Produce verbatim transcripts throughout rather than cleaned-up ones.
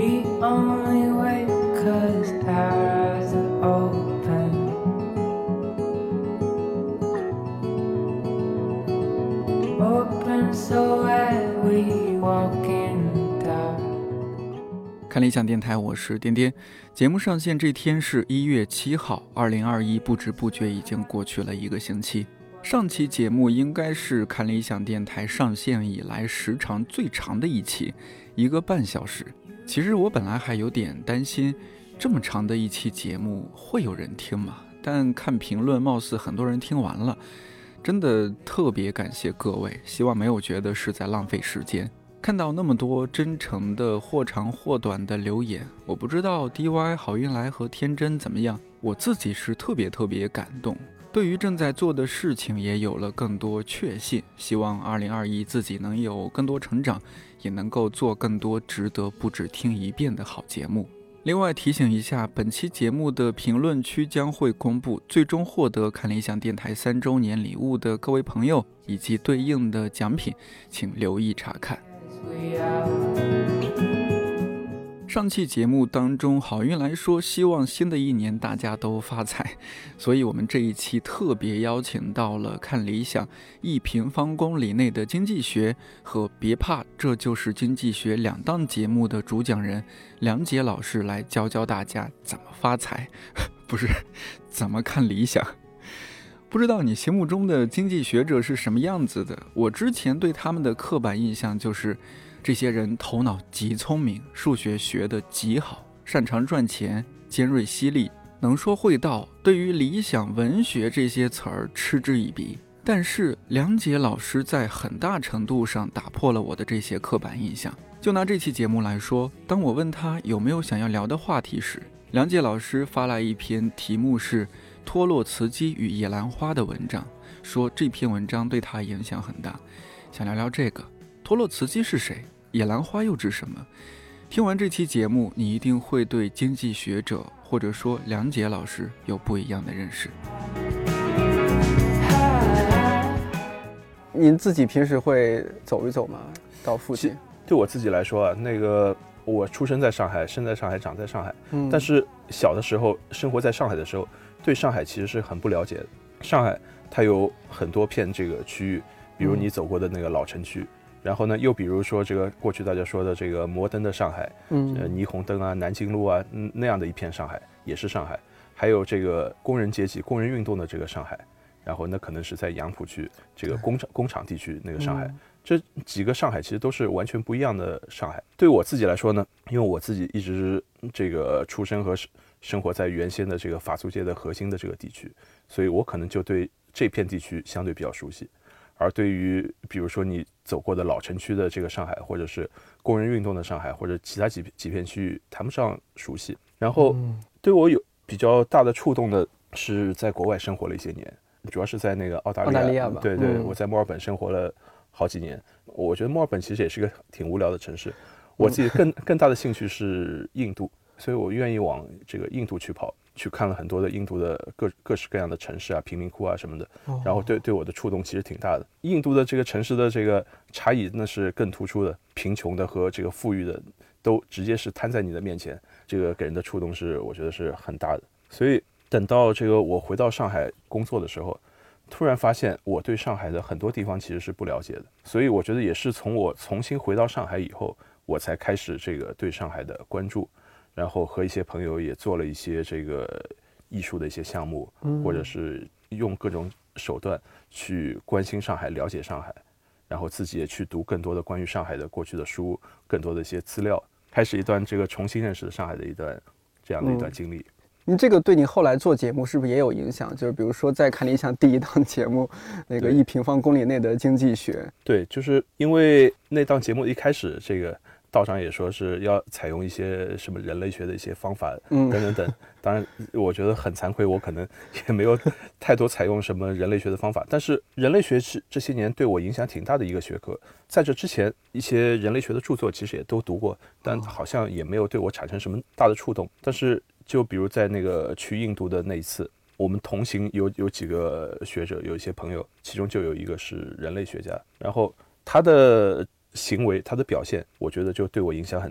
We only wait cause ours are open. Open so that we walk in the dark. 看理想电台，我是颠颠。节目上线这天是一月七号，二零二一不知不觉已经过去了一个星期。上期节目应该是看理想电台上线以来时长最长的一期，一个半小时。其实我本来还有点担心，这么长的一期节目会有人听吗？但看评论，貌似很多人听完了，真的特别感谢各位，希望没有觉得是在浪费时间。看到那么多真诚的或长或短的留言，我不知道 D Y 好运来和天真怎么样，我自己是特别特别感动，对于正在做的事情也有了更多确信，希望二零二一自己能有更多成长，也能够做更多值得不只听一遍的好节目。另外提醒一下，本期节目的评论区将会公布最终获得看理想电台三周年礼物的各位朋友以及对应的奖品，请留意查看。上期节目当中，好运来说希望新的一年大家都发财，所以我们这一期特别邀请到了看理想一平方公里内的经济学和别怕这就是经济学两档节目的主讲人梁杰老师来教教大家怎么发财，不是怎么看理想。不知道你心目中的经济学者是什么样子的？我之前对他们的刻板印象就是这些人头脑极聪明，数学学得极好，擅长赚钱，尖锐犀利，能说会道，对于理想文学这些词儿嗤之以鼻。但是梁杰老师在很大程度上打破了我的这些刻板印象。就拿这期节目来说，当我问他有没有想要聊的话题时，梁杰老师发来一篇题目是托洛茨基与野兰花的文章，说这篇文章对他影响很大，想聊聊这个。托洛茨基是谁？野兰花又指什么？听完这期节目，你一定会对经济学者或者说梁杰老师有不一样的认识。 您自己平时会走一走吗？到附近？ 对我自己来说啊，那个我出生在上海，生在上海，长在上海， 嗯， 但是小的时候生活在上海的时候，对上海其实是很不了解的。上海它有很多片这个区域，比如你走过的那个老城区。嗯，然后呢，又比如说这个过去大家说的这个摩登的上海，嗯，呃，霓虹灯啊、南京路啊，嗯，那样的一片上海也是上海。还有这个工人阶级、工人运动的这个上海，然后那可能是在杨浦区这个工厂工厂地区那个上海，嗯，这几个上海其实都是完全不一样的上海。对我自己来说呢，因为我自己一直这个出生和生活在原先的这个法租界的核心的这个地区，所以我可能就对这片地区相对比较熟悉。而对于比如说你走过的老城区的这个上海，或者是工人运动的上海，或者其他几几片区域，谈不上熟悉。然后对我有比较大的触动的是在国外生活了一些年，主要是在那个澳大利亚。 澳大利亚吧， 对对， 嗯， 我在墨尔本生活了好几年。我觉得墨尔本其实也是个挺无聊的城市。我自己更更大的兴趣是印度，所以我愿意往这个印度去跑。去看了很多的印度的各各式各样的城市啊、贫民窟啊什么的，然后对对我的触动其实挺大的。印度的这个城市的这个差异那是更突出的，贫穷的和这个富裕的都直接是摊在你的面前，这个给人的触动是我觉得是很大的。所以等到这个我回到上海工作的时候，突然发现我对上海的很多地方其实是不了解的，所以我觉得也是从我重新回到上海以后，我才开始这个对上海的关注。然后和一些朋友也做了一些这个艺术的一些项目，嗯，或者是用各种手段去关心上海、了解上海，然后自己也去读更多的关于上海的过去的书，更多的一些资料，开始一段这个重新认识上海的一段这样的一段经历。嗯， 您这个对你后来做节目是不是也有影响？就是比如说在看理想第一档节目那个一平方公里内的经济学。 对，就是因为那档节目一开始这个道长也说是要采用一些什么人类学的一些方法等等等，当然我觉得很惭愧，我可能也没有太多采用什么人类学的方法，但是人类学是这些年对我影响挺大的一个学科。在这之前一些人类学的著作其实也都读过，但好像也没有对我产生什么大的触动。但是就比如在那个去印度的那一次，我们同行有有几个学者，有一些朋友，其中就有一个是人类学家，然后他的行为他的表现我觉得就对我影响很大。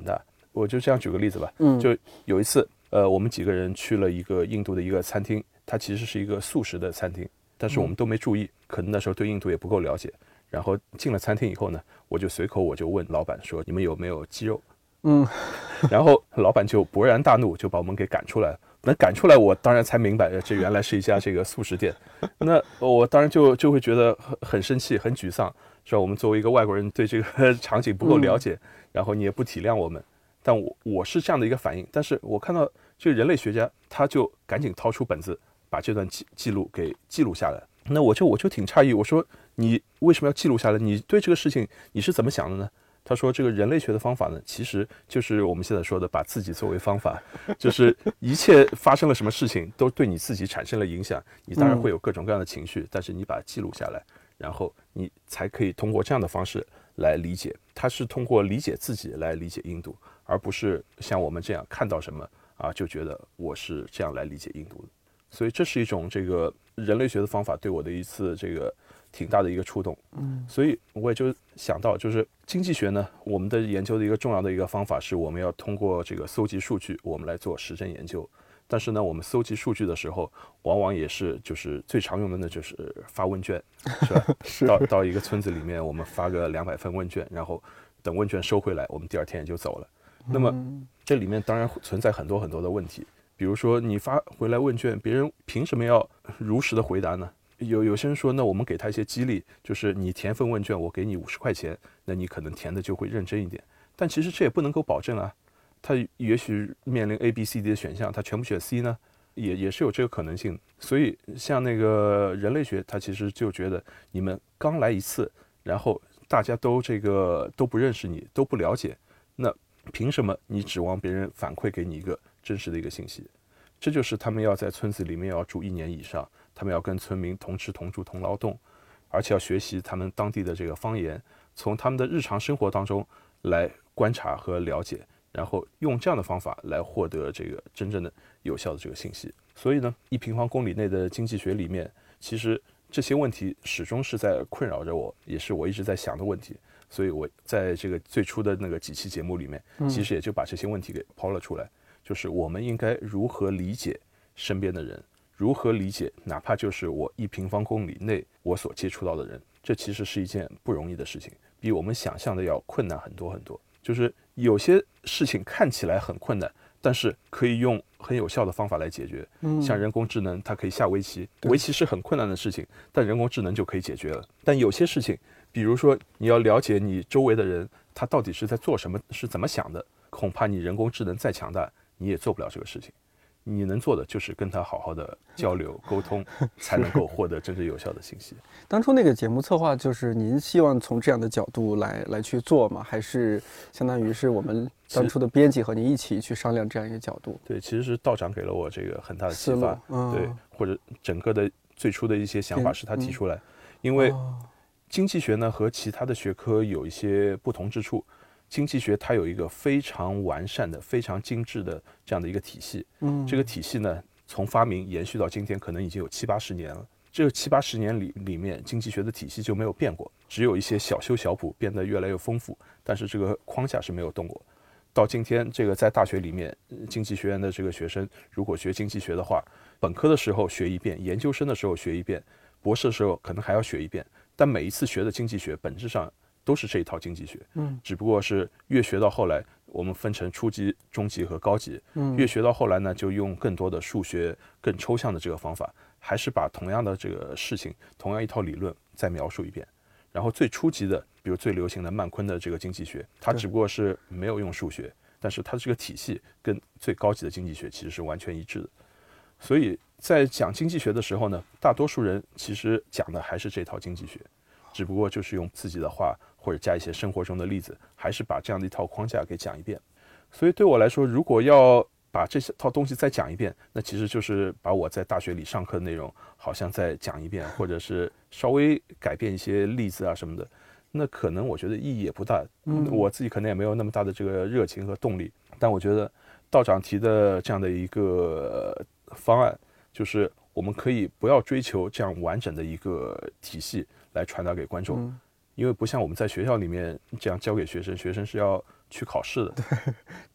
我就这样举个例子吧， 嗯， 就有一次，呃，我们几个人去了一个印度的一个餐厅，它其实是一个素食的餐厅，但是我们都没注意，可能那时候对印度也不够了解。然后进了餐厅以后呢，我就随口我就问老板说：“你们有没有鸡肉？” 嗯， 然后老板就勃然大怒，就把我们给赶出来了。能赶出来，我当然才明白，这原来是一家这个素食店。那我当然就就会觉得很很生气、很沮丧，是吧？我们作为一个外国人，对这个场景不够了解，然后你也不体谅我们。但我我是这样的一个反应，但是我看到这个人类学家，他就赶紧掏出本子，把这段记记录给记录下来。那我就我就挺诧异，我说你为什么要记录下来？你对这个事情你是怎么想的呢？他说这个人类学的方法呢，其实就是我们现在说的把自己作为方法，就是一切发生了什么事情都对你自己产生了影响，你当然会有各种各样的情绪，但是你把它记录下来，然后你才可以通过这样的方式来理解。他是通过理解自己来理解印度，而不是像我们这样看到什么啊就觉得我是这样来理解印度的。所以这是一种这个人类学的方法对我的一次这个挺大的一个触动。嗯，所以我也就想到，就是经济学呢，我们的研究的一个重要的一个方法是我们要通过这个搜集数据，我们来做实证研究。但是呢，我们搜集数据的时候，往往也是就是最常用的呢，就是发问卷，是吧？ 是到到一个村子里面，我们发个两百份问卷，然后等问卷收回来，我们第二天也就走了。那么这里面当然存在很多很多的问题。比如说你发回来问卷，别人凭什么要如实的回答呢？有有些人说，那我们给他一些激励，就是你填份问卷，我给你五十块钱，那你可能填的就会认真一点。但其实这也不能够保证啊，他也许面临 A、B、C、D 的选项，他全部选 C 呢，也也是有这个可能性。所以像那个人类学，他其实就觉得你们刚来一次，然后大家都这个都不认识你，都不了解，那凭什么你指望别人反馈给你一个真实的一个信息？这就是他们要在村子里面要住一年以上，他们要跟村民同吃同住同劳动，而且要学习他们当地的这个方言，从他们的日常生活当中来观察和了解，然后用这样的方法来获得这个真正的有效的这个信息。所以呢，一平方公里内的经济学里面，其实这些问题始终是在困扰着我，也是我一直在想的问题。所以我在这个最初的那个几期节目里面，其实也就把这些问题给抛了出来，就是我们应该如何理解身边的人，如何理解哪怕就是我一平方公里内我所接触到的人，这其实是一件不容易的事情，比我们想象的要困难很多很多。就是有些事情看起来很困难，但是可以用很有效的方法来解决。嗯，像人工智能，它可以下围棋，围棋是很困难的事情，但人工智能就可以解决了。但有些事情，比如说你要了解你周围的人，他到底是在做什么，是怎么想的，恐怕你人工智能再强大，你也做不了这个事情。你能做的就是跟他好好的交流沟通，才能够获得真正有效的信息。 当初那个节目策划，就是您希望从这样的角度来来去做吗？还是相当于是我们当初的编辑和您一起去商量这样一个角度？ 对，其实是道长给了我这个很大的启发， 嗯、 对，或者整个的最初的一些想法是他提出来，嗯、因为经济学呢和其他的学科有一些不同之处。经济学它有一个非常完善的、非常精致的这样的一个体系，嗯，这个体系呢，从发明延续到今天，可能已经有七八十年了。这个七八十年里里面，经济学的体系就没有变过，只有一些小修小补，变得越来越丰富，但是这个框架是没有动过。到今天，这个在大学里面，经济学院的这个学生，如果学经济学的话，本科的时候学一遍，研究生的时候学一遍，博士的时候可能还要学一遍，但每一次学的经济学本质上都是这一套经济学，嗯，只不过是越学到后来，我们分成初级、中级和高级，嗯，越学到后来呢，就用更多的数学、更抽象的这个方法，还是把同样的这个事情、同样一套理论再描述一遍。然后最初级的，比如最流行的曼昆的这个经济学，它只不过是没有用数学，但是它这个体系跟最高级的经济学其实是完全一致的。所以在讲经济学的时候呢，大多数人其实讲的还是这套经济学。只不过就是用自己的话或者加一些生活中的例子，还是把这样的一套框架给讲一遍。所以对我来说，如果要把这套东西再讲一遍，那其实就是把我在大学里上课的内容好像再讲一遍，或者是稍微改变一些例子啊什么的，那可能我觉得意义也不大。嗯，我自己可能也没有那么大的这个热情和动力。但我觉得道长提的这样的一个方案，就是我们可以不要追求这样完整的一个体系来传达给观众，嗯，因为不像我们在学校里面这样教给学生，学生是要去考试的。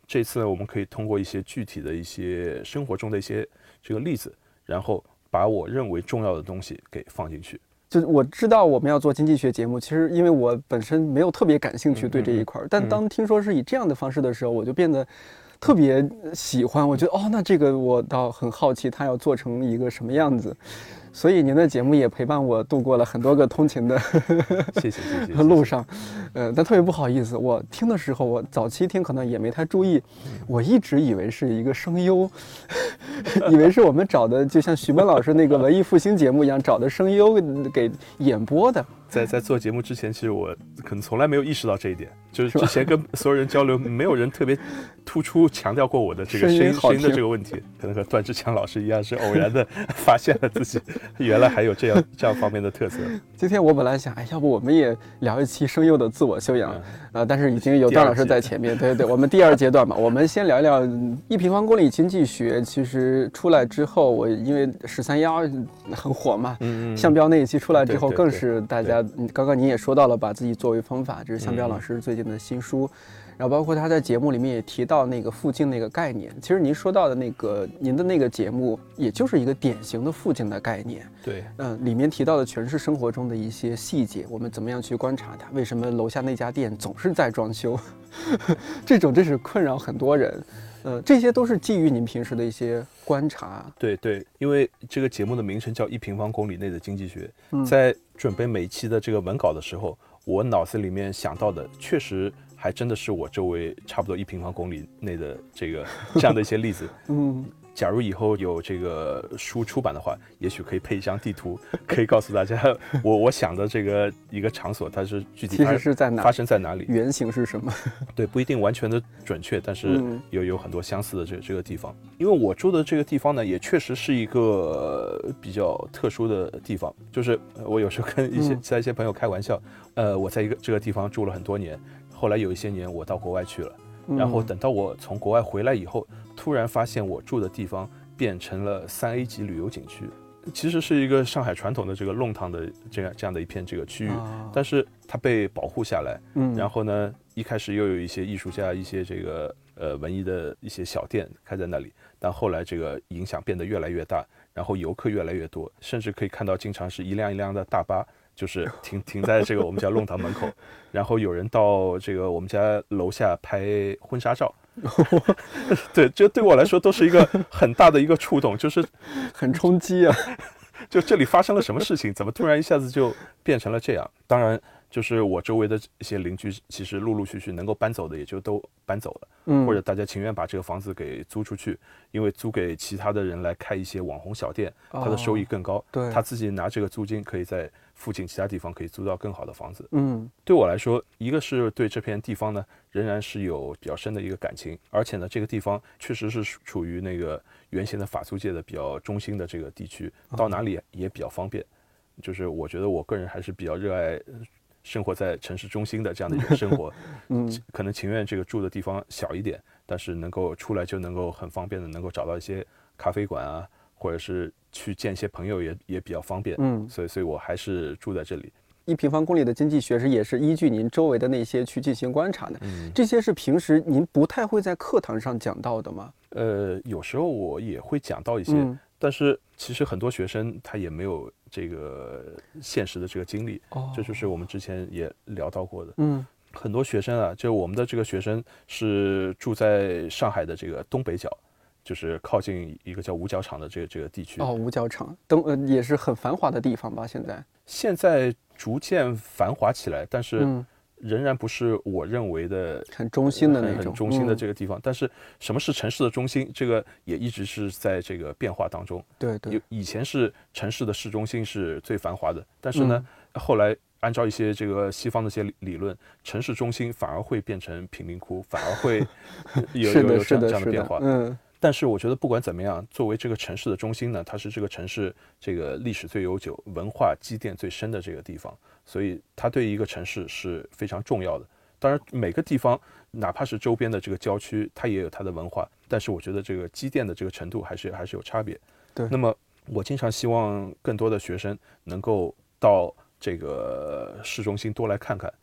这次呢，我们可以通过一些具体的一些生活中的一些这个例子，然后把我认为重要的东西给放进去。 就是我知道我们要做经济学节目，其实因为我本身没有特别感兴趣对这一块， 嗯、 但当听说是以这样的方式的时候，我就变得特别喜欢。我觉得哦，那这个我倒很好奇，它要做成一个什么样子。所以您的节目也陪伴我度过了很多个通勤的谢谢谢谢路上，呃，但特别不好意思，我听的时候，我早期听可能也没太注意，我一直以为是一个声优，以为是我们找的，就像徐奔老师那个文艺复兴节目一样，找的声优给演播的。 在在做节目之前，其实我可能从来没有意识到这一点，就是之前跟所有人交流，没有人特别突出强调过我的这个声音声音的这个问题，可能和段志强老师一样，是偶然的发现了自己原来还有这样这样方面的特色。 今天我本来想，哎，要不我们也聊一期声优的自我修养，嗯、呃，但是已经有段老师在前面，对对对，我们第二阶段嘛，我们先聊聊一平方公里经济学。其实出来之后，我因为十三幺很火嘛，嗯嗯，项标那一期出来之后，更是大家。刚刚您也说到了，把自己作为方法，这是项标老师最近的新书，嗯、然后包括他在节目里面也提到那个附近那个概念。其实您说到的那个您的那个节目，也就是一个典型的附近的概念。 对， 嗯、呃，里面提到的全是生活中的一些细节，我们怎么样去观察它？为什么楼下那家店总是在装修？这种真是困扰很多人。呃，这些都是基于您平时的一些观察。 对对，因为这个节目的名称叫一平方公里内的经济学，嗯、在准备每一期的这个文稿的时候，我脑子里面想到的，确实还真的是我周围差不多一平方公里内的这个这样的一些例子。嗯。假如以后有这个书出版的话，也许可以配一张地图，可以告诉大家我我想的这个一个场所，它是具体其实是在哪发生在哪里， 原型是什么？ 对，不一定完全的准确，但是有有很多相似的这个这个地方。因为我住的这个地方呢，也确实是一个比较特殊的地方，就是我有时候跟一些在一些朋友开玩笑，呃，我在一个这个地方住了很多年，后来有一些年我到国外去了。然后等到我从国外回来以后，突然发现我住的地方变成了三 A 级旅游景区，其实是一个上海传统的这个弄堂的这样这样的一片这个区域，但是它被保护下来。然后呢，一开始又有一些艺术家、一些这个呃文艺的一些小店开在那里，但后来这个影响变得越来越大，然后游客越来越多，甚至可以看到经常是一辆一辆的大巴。就是停停在这个我们家弄堂门口，然后有人到这个我们家楼下拍婚纱照，对，这对我来说都是一个很大的一个触动，就是很冲击啊！ 就这里发生了什么事情，怎么突然一下子就变成了这样？当然，就是我周围的一些邻居，其实陆陆续续能够搬走的也就都搬走了，嗯，或者大家情愿把这个房子给租出去，因为租给其他的人来开一些网红小店，它的收益更高，对，他自己拿这个租金可以在附近其他地方可以租到更好的房子。嗯，对我来说，一个是对这片地方呢仍然是有比较深的一个感情，而且呢这个地方确实是处于那个原先的法租界的比较中心的这个地区，到哪里也比较方便。就是我觉得我个人还是比较热爱生活在城市中心的这样的一种生活，嗯，可能情愿这个住的地方小一点，但是能够出来就能够很方便的能够找到一些咖啡馆啊，或者是去见一些朋友也也比较方便，嗯，所以所以我还是住在这里。 一平方公里的经济学是也是依据您周围的那些去进行观察的，嗯，这些是平时您不太会在课堂上讲到的吗？ 呃，有时候我也会讲到一些，嗯，但是其实很多学生他也没有这个现实的这个经历，哦，这就是我们之前也聊到过的，嗯，很多学生啊，就我们的这个学生是住在上海的这个东北角。就是靠近一个叫五角场的这个这个地区哦，五角场东呃也是很繁华的地方吧？现在现在逐渐繁华起来，但是仍然不是我认为的很中心的那种很中心的这个地方。嗯，但是什么是城市的中心？这个也一直是在这个变化当中。 对对， 以前是城市的市中心是最繁华的，但是呢，嗯，后来按照一些这个西方的一些理论，城市中心反而会变成贫民窟，反而会有有有这样这样的变化。嗯。但是我觉得不管怎么样，作为这个城市的中心呢，它是这个城市这个历史最悠久、文化积淀最深的这个地方，所以它对一个城市是非常重要的。当然，每个地方哪怕是周边的这个郊区，它也有它的文化，但是我觉得这个积淀的这个程度还是还是有差别。 对。 那么我经常希望更多的学生能够到这个市中心多来看看。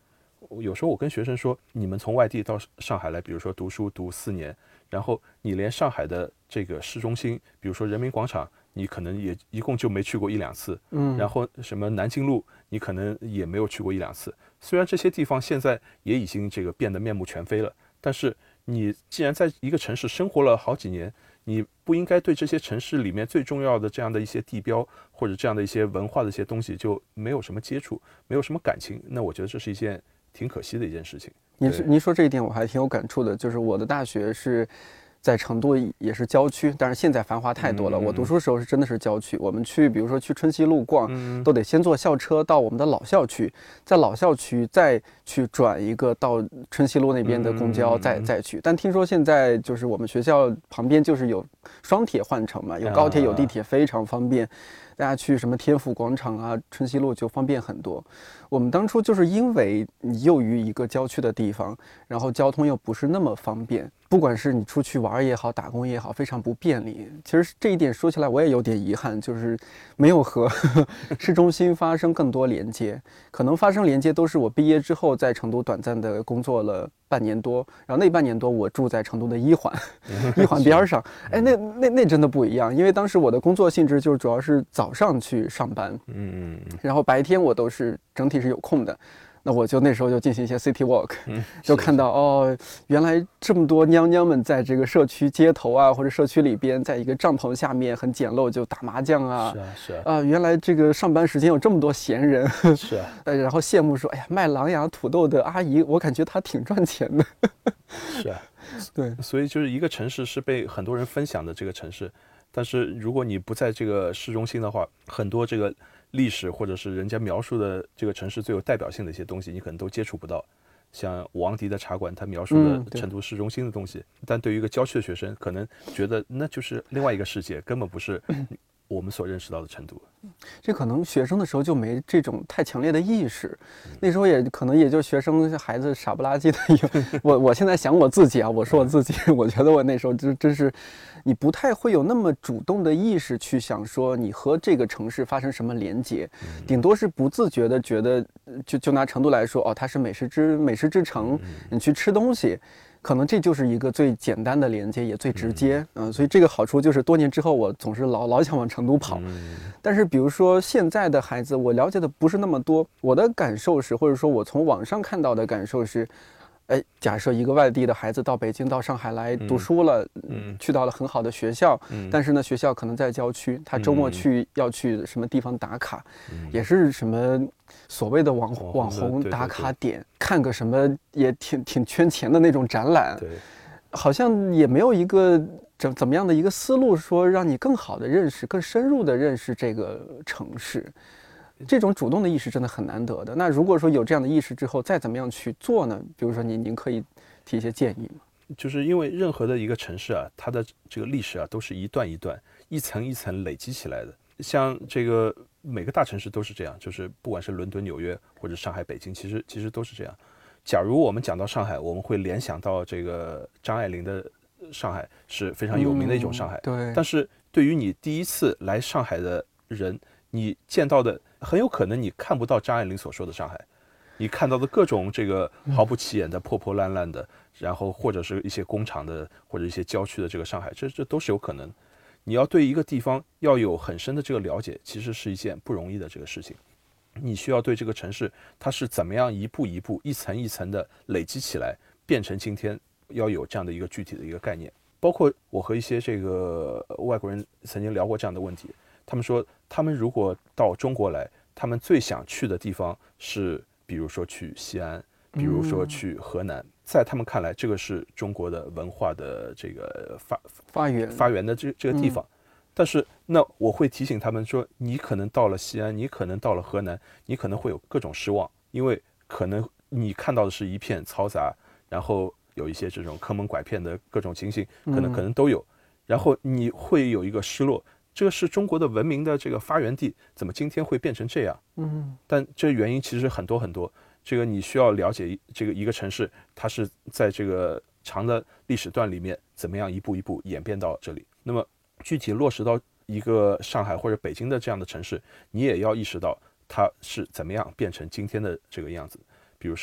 有时候我跟学生说，你们从外地到上海来，比如说读书读四年，然后你连上海的这个市中心，比如说人民广场，你可能也一共就没去过一两次，嗯，然后什么南京路，你可能也没有去过一两次。虽然这些地方现在也已经这个变得面目全非了，但是你既然在一个城市生活了好几年，你不应该对这些城市里面最重要的这样的一些地标或者这样的一些文化的一些东西就没有什么接触，没有什么感情，那我觉得这是一件挺可惜的一件事情。 您您说这一点我还挺有感触的，就是我的大学是在成都，也是郊区，但是现在繁华太多了。嗯、我读书的时候是真的是郊区，我们去比如说去春熙路逛，嗯、都得先坐校车到我们的老校区，在老校区再去转一个到春熙路那边的公交，嗯、再再去。但听说现在就是我们学校旁边就是有双铁换乘嘛，有高铁有地铁，非常方便。大家去什么天府广场啊、春熙路就方便很多。我们当初就是因为你又于一个郊区的地方，然后交通又不是那么方便，不管是你出去玩也好，打工也好，非常不便利。其实这一点说起来我也有点遗憾，就是没有和市中心发生更多连接。可能发生连接都是我毕业之后在成都短暂的工作了半年多，然后那半年多我住在成都的一环，一环边上。哎，那那那真的不一样，因为当时我的工作性质就主要是早上去上班，嗯，然后白天我都是整体是有空的。那我就那时候就进行一些 city walk，嗯、就看到哦，原来这么多娘娘们在这个社区街头啊，或者社区里边，在一个帐篷下面很简陋就打麻将啊， 是啊是啊， 啊、呃，原来这个上班时间有这么多闲人， 是啊， 呃，然后羡慕说，哎呀，卖狼牙土豆的阿姨，我感觉她挺赚钱的， 是啊， 对， 所以就是一个城市是被很多人分享的这个城市，但是如果你不在这个市中心的话，很多这个历史或者是人家描述的这个城市最有代表性的一些东西，你可能都接触不到。像王迪的茶馆，他描述的成都市中心的东西，嗯、但对于一个郊区的学生，可能觉得那就是另外一个世界，根本不是我们所认识到的成都。 这可能学生的时候就没这种太强烈的意识，那时候也可能也就学生孩子傻不拉几的有。我我现在想我自己啊，我说我自己，我觉得我那时候真真是，你不太会有那么主动的意识去想说你和这个城市发生什么连接，顶多是不自觉的觉得，就就拿成都来说，哦，它是美食之美食之城，你去吃东西。可能这就是一个最简单的连接，也最直接，嗯、呃，所以这个好处就是多年之后，我总是老老想往成都跑。但是比如说现在的孩子，我了解的不是那么多，我的感受是，或者说我从网上看到的感受是，哎，假设一个外地的孩子到北京、到上海来读书了，嗯，去到了很好的学校，嗯，但是呢，学校可能在郊区，他周末去要去什么地方打卡，嗯、也是什么所谓的网网红打卡点，对对对，看个什么也挺挺圈钱的那种展览， 对， 好像也没有一个怎怎么样的一个思路，说让你更好的认识、更深入的认识这个城市。这种主动的意识真的很难得的。那如果说有这样的意识之后，再怎么样去做呢？比如说您您可以提一些建议吗？ 就是因为任何的一个城市啊，它的这个历史啊，都是一段一段、一层一层累积起来的。像这个每个大城市都是这样，就是不管是伦敦、纽约或者上海、北京，其实其实都是这样。假如我们讲到上海，我们会联想到这个张爱玲的上海是非常有名的一种上海， 嗯、对。 但是对于你第一次来上海的人，你见到的很有可能你看不到张爱玲所说的上海，你看到的各种这个毫不起眼的破破烂烂的，然后或者是一些工厂的或者一些郊区的这个上海，这这都是有可能。你要对一个地方要有很深的这个了解，其实是一件不容易的这个事情。你需要对这个城市它是怎么样一步一步、一层一层的累积起来，变成今天，要有这样的一个具体的一个概念。包括我和一些这个外国人曾经聊过这样的问题。他们说，他们如果到中国来，他们最想去的地方是，比如说去西安，比如说去河南。嗯、在他们看来，这个是中国的文化的这个发发源发源的这这个地方。嗯、但是，那我会提醒他们说，你可能到了西安，你可能到了河南，你可能会有各种失望，因为可能你看到的是一片嘈杂，然后有一些这种坑蒙拐骗的各种情形，可能可能都有，嗯、然后你会有一个失落。这个是中国的文明的这个发源地，怎么今天会变成这样？嗯，但这原因其实很多很多。这个你需要了解这个一个城市，它是在这个长的历史段里面怎么样一步一步演变到这里。那么具体落实到一个上海或者北京的这样的城市，你也要意识到它是怎么样变成今天的这个样子。比如上海，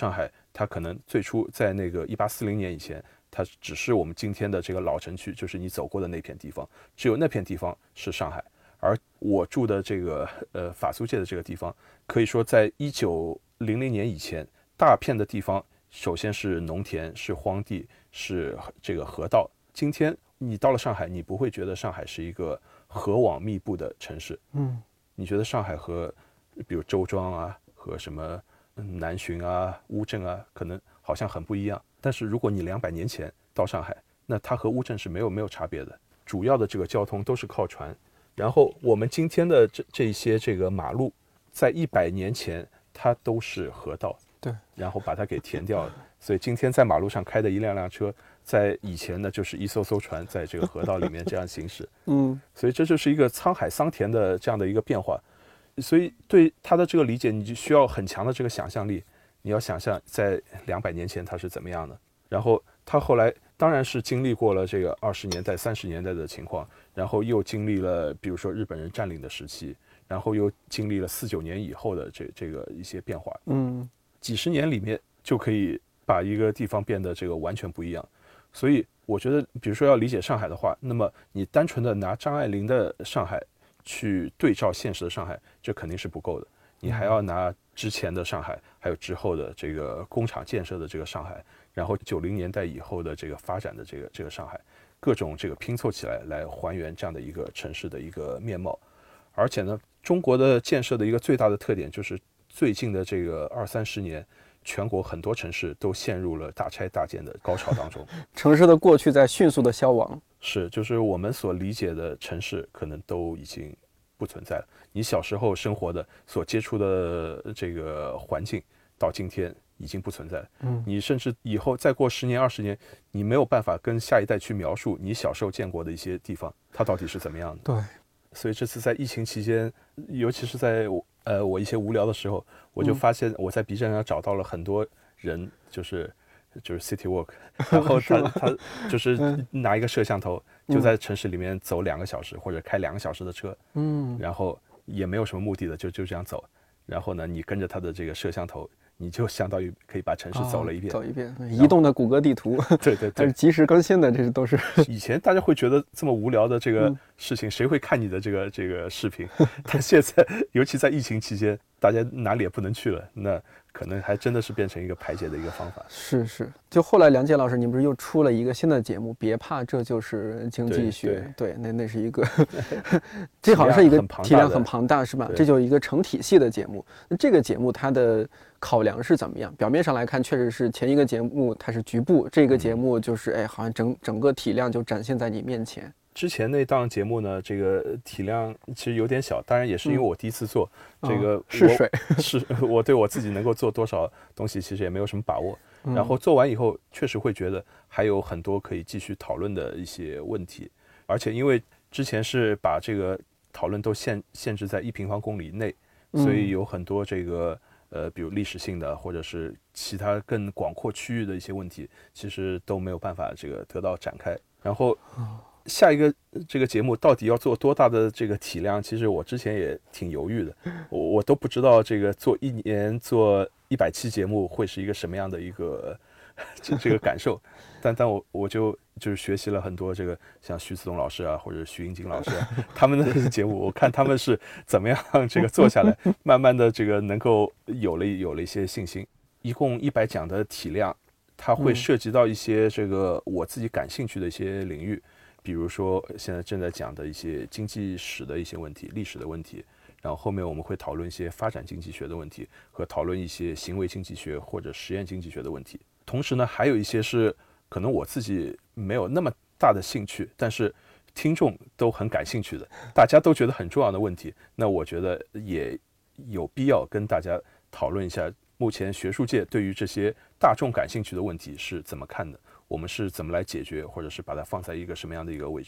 它可能最初在那个一八四零年以前，它只是我们今天的这个老城区，就是你走过的那片地方，只有那片地方是上海。而我住的这个呃法租界的这个地方，可以说在一九零零年以前，大片的地方首先是农田，是荒地，是这个河道。今天你到了上海，你不会觉得上海是一个河网密布的城市， 嗯， 你觉得上海和比如周庄啊，和什么南浔啊、乌镇啊，可能好像很不一样。但是如果你两百年前到上海，那它和乌镇是没有没有差别的，主要的这个交通都是靠船。然后我们今天的这这些这个马路，在一百年前它都是河道， 对， 然后把它给填掉了。所以今天在马路上开的一辆辆车，在以前呢就是一艘艘船在这个河道里面这样行驶。 嗯， 所以这就是一个沧海桑田的这样的一个变化。所以对它的这个理解，你就需要很强的这个想象力。你要想象在两百年前它是怎么样的，然后它后来当然是经历过了这个二十年代、三十年代的情况，然后又经历了比如说日本人占领的时期，然后又经历了四九年以后的这这个一些变化。 嗯， 几十年里面就可以把一个地方变得这个完全不一样。所以我觉得，比如说要理解上海的话，那么你单纯的拿张爱玲的上海去对照现实的上海，这肯定是不够的。你还要拿之前的上海，还有之后的这个工厂建设的这个上海，然后九零年代以后的这个发展的这个这个上海，各种这个拼凑起来，来还原这样的一个城市的一个面貌。而且呢，中国的建设的一个最大的特点就是最近的这个二三十年，全国很多城市都陷入了大拆大建的高潮当中。 城市的过去在迅速的消亡。 是，就是我们所理解的城市可能都已经不存在了。你小时候生活的、所接触的这个环境，到今天已经不存在了。 嗯， 你甚至以后再过十年、二十年，你没有办法跟下一代去描述你小时候见过的一些地方，它到底是怎么样的。 对。 所以这次在疫情期间，尤其是在呃我一些无聊的时候，我就发现我在 B 站上找到了很多人，就是就是 city walk， 然后他他就是拿一个摄像头，就在城市里面走两个小时或者开两个小时的车， 嗯， 然后也没有什么目的的，就就这样走。然后呢，你跟着他的这个摄像头，你就相当于可以把城市走了一遍， 哦、走一遍，移动的谷歌地图， 对对对， 它是及时更新的，这是都是。 以前大家会觉得这么无聊的这个事情，嗯、谁会看你的这个这个视频？但现在，尤其在疫情期间，大家哪里也不能去了，那可能还真的是变成一个排解的一个方法。 是是，就后来梁杰老师，你不是又出了一个新的节目？别怕，这就是经济学。对，对对那那是一个，这好像是一个体量很庞大，是吧？这就是一个成体系的节目。那这个节目它的考量是怎么样？表面上来看，确实是前一个节目它是局部，这个节目就是哎，好像整整个体量就展现在你面前。 之前那档节目呢，这个体量其实有点小，当然也是因为我第一次做，嗯、这个试水， 是我对我自己能够做多少东西，其实也没有什么把握。嗯、然后做完以后，确实会觉得还有很多可以继续讨论的一些问题，而且因为之前是把这个讨论都限限制在一平方公里内，所以有很多这个呃，比如历史性的或者是其他更广阔区域的一些问题，其实都没有办法这个得到展开。然后。下一个这个节目到底要做多大的这个体量？其实我之前也挺犹豫的，我我都不知道这个做一年做一百期节目会是一个什么样的一个这这个感受。但但我我就就是学习了很多这个像徐子东老师啊，或者徐英锦老师啊，他们的节目，我看他们是怎么样这个做下来，慢慢的这个能够有了有了一些信心。一共一百讲的体量，它会涉及到一些这个我自己感兴趣的一些领域。比如说现在正在讲的一些经济史的一些问题、历史的问题，然后后面我们会讨论一些发展经济学的问题，和讨论一些行为经济学或者实验经济学的问题。同时呢，还有一些是可能我自己没有那么大的兴趣，但是听众都很感兴趣的，大家都觉得很重要的问题，那我觉得也有必要跟大家讨论一下，目前学术界对于这些大众感兴趣的问题是怎么看的，我们是怎么来解决，或者是把它放在一个什么样的一个位置。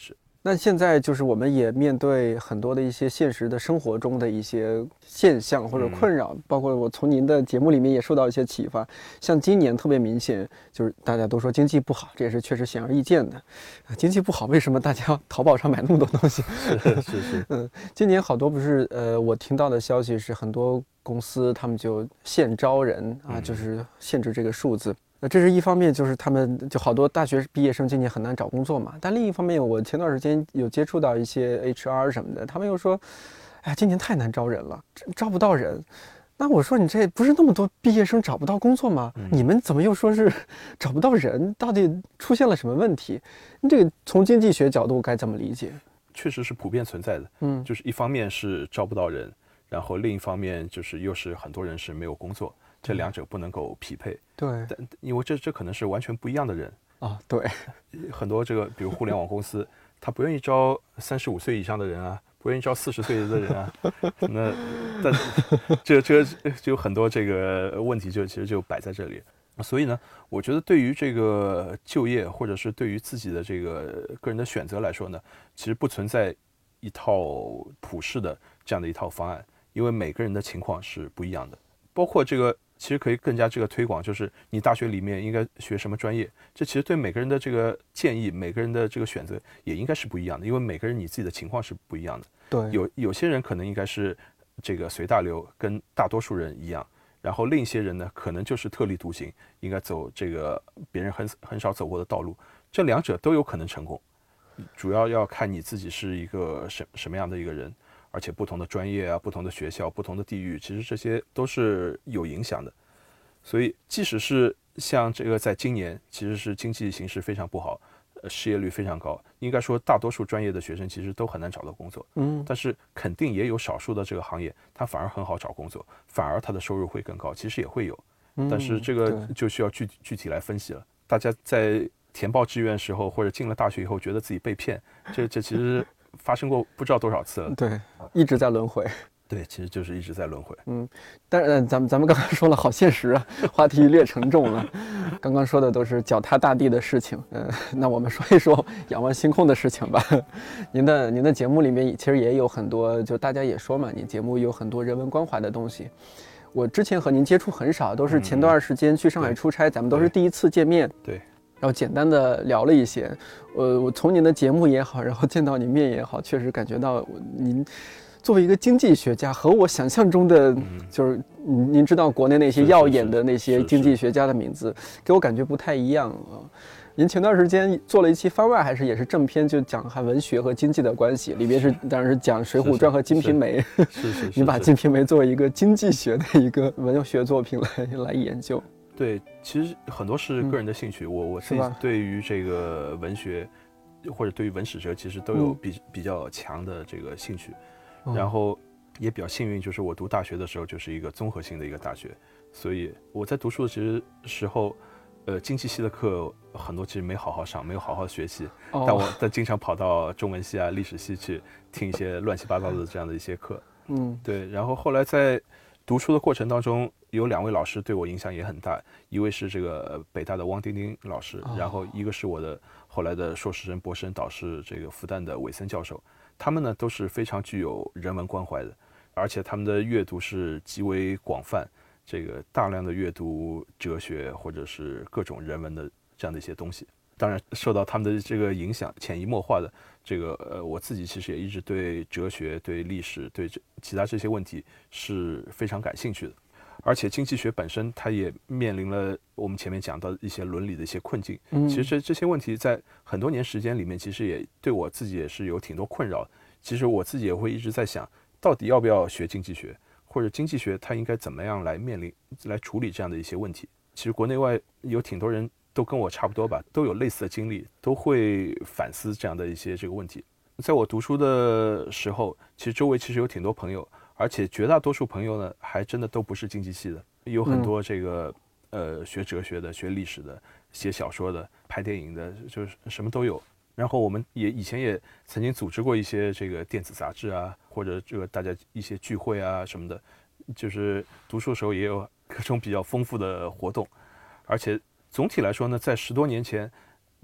那现在就是我们也面对很多的一些现实的生活中的一些现象或者困扰，嗯、包括我从您的节目里面也受到一些启发。像今年特别明显，就是大家都说经济不好，这也是确实显而易见的。啊、经济不好，为什么大家要淘宝上买那么多东西？ 是是是。 嗯，今年好多不是呃，我听到的消息是很多公司他们就限招人啊，就是限制这个数字。那这是一方面，就是他们就好多大学毕业生今年很难找工作嘛。但另一方面，我前段时间有接触到一些 H R 什么的，他们又说，哎，今年太难招人了，招不到人。那我说你这不是那么多毕业生找不到工作吗？嗯、你们怎么又说是找不到人？到底出现了什么问题？你这个从经济学角度该怎么理解？ 确实是普遍存在的，嗯，就是一方面是招不到人，然后另一方面就是又是很多人是没有工作。这两者不能够匹配， 对， 但因为这这可能是完全不一样的人啊，对， 很多这个比如互联网公司，他不愿意招三十五岁以上的人啊，不愿意招四十岁的人啊，那但这这就有很多这个问题就其实就摆在这里，所以呢，我觉得对于这个就业或者是对于自己的这个个人的选择来说呢，其实不存在一套普世的这样的一套方案，因为每个人的情况是不一样的，包括这个。其实可以更加这个推广，就是你大学里面应该学什么专业，这其实对每个人的这个建议，每个人的这个选择也应该是不一样的，因为每个人你自己的情况是不一样的。 对， 有有些人可能应该是这个随大流，跟大多数人一样，然后另一些人呢，可能就是特立独行，应该走这个别人很很少走过的道路。这两者都有可能成功，主要要看你自己是一个什什么样的一个人。而且不同的专业啊，不同的学校，不同的地域，其实这些都是有影响的。所以，即使是像这个，在今年其实是经济形势非常不好，呃，失业率非常高，应该说大多数专业的学生其实都很难找到工作。嗯，但是肯定也有少数的这个行业，它反而很好找工作，反而它的收入会更高。其实也会有，但是这个就需要具具体来分析了。大家在填报志愿时候，或者进了大学以后，觉得自己被骗，这这其实。发生过不知道多少次了， 对，一直在轮回。 对，其实就是一直在轮回。 嗯，但是、呃、咱们咱们刚刚说了好现实啊，话题略沉重了。刚刚说的都是脚踏大地的事情，嗯、呃，那我们说一说仰望星空的事情吧。您的您的节目里面其实也有很多，就大家也说嘛，你节目有很多人文关怀的东西。我之前和您接触很少，都是前段时间去上海出差，嗯、咱们都是第一次见面。 对。 然后简单的聊了一些，呃，我从您的节目也好，然后见到您面也好，确实感觉到您作为一个经济学家，和我想象中的，就是您知道国内那些耀眼的那些经济学家的名字，给我感觉不太一样啊。您前段时间做了一期番外，还是也是正片，就讲还文学和经济的关系，里边是当然是讲《水浒传》和《金瓶梅》， 是是是， 你把《金瓶梅》作为一个经济学的一个文学作品来来研究。 对，其实很多是个人的兴趣。嗯、我我自己对于这个文学，或者对于文史哲，其实都有比、嗯、比较强的这个兴趣。嗯、然后也比较幸运，就是我读大学的时候就是一个综合性的一个大学，所以我在读书的其实时候，呃，经济系的课很多其实没好好上，没有好好学习。哦、但我但经常跑到中文系啊、历史系去听一些乱七八糟的这样的一些课。嗯，对。然后后来在读书的过程当中，有两位老师对我影响也很大，一位是这个北大的汪丁丁老师，然后一个是我的后来的硕士生、博士生导师，这个复旦的韦森教授。他们呢都是非常具有人文关怀的，而且他们的阅读是极为广泛，这个大量的阅读哲学或者是各种人文的这样的一些东西。当然受到他们的这个影响，潜移默化的这个呃，我自己其实也一直对哲学、对历史、对这其他这些问题是非常感兴趣的。而且经济学本身它也面临了我们前面讲到一些伦理的一些困境。嗯，其实这这些问题在很多年时间里面，其实也对我自己也是有挺多困扰。其实我自己也会一直在想，到底要不要学经济学，或者经济学它应该怎么样来面临、来处理这样的一些问题。其实国内外有挺多人都跟我差不多吧，都有类似的经历，都会反思这样的一些这个问题。在我读书的时候，其实周围其实有挺多朋友。而且绝大多数朋友呢，还真的都不是经济系的，有很多这个、嗯、呃学哲学的、学历史的、写小说的、拍电影的，就是什么都有。然后我们也以前也曾经组织过一些这个电子杂志啊，或者这个大家一些聚会啊什么的，就是读书的时候也有各种比较丰富的活动。而且总体来说呢，在十多年前，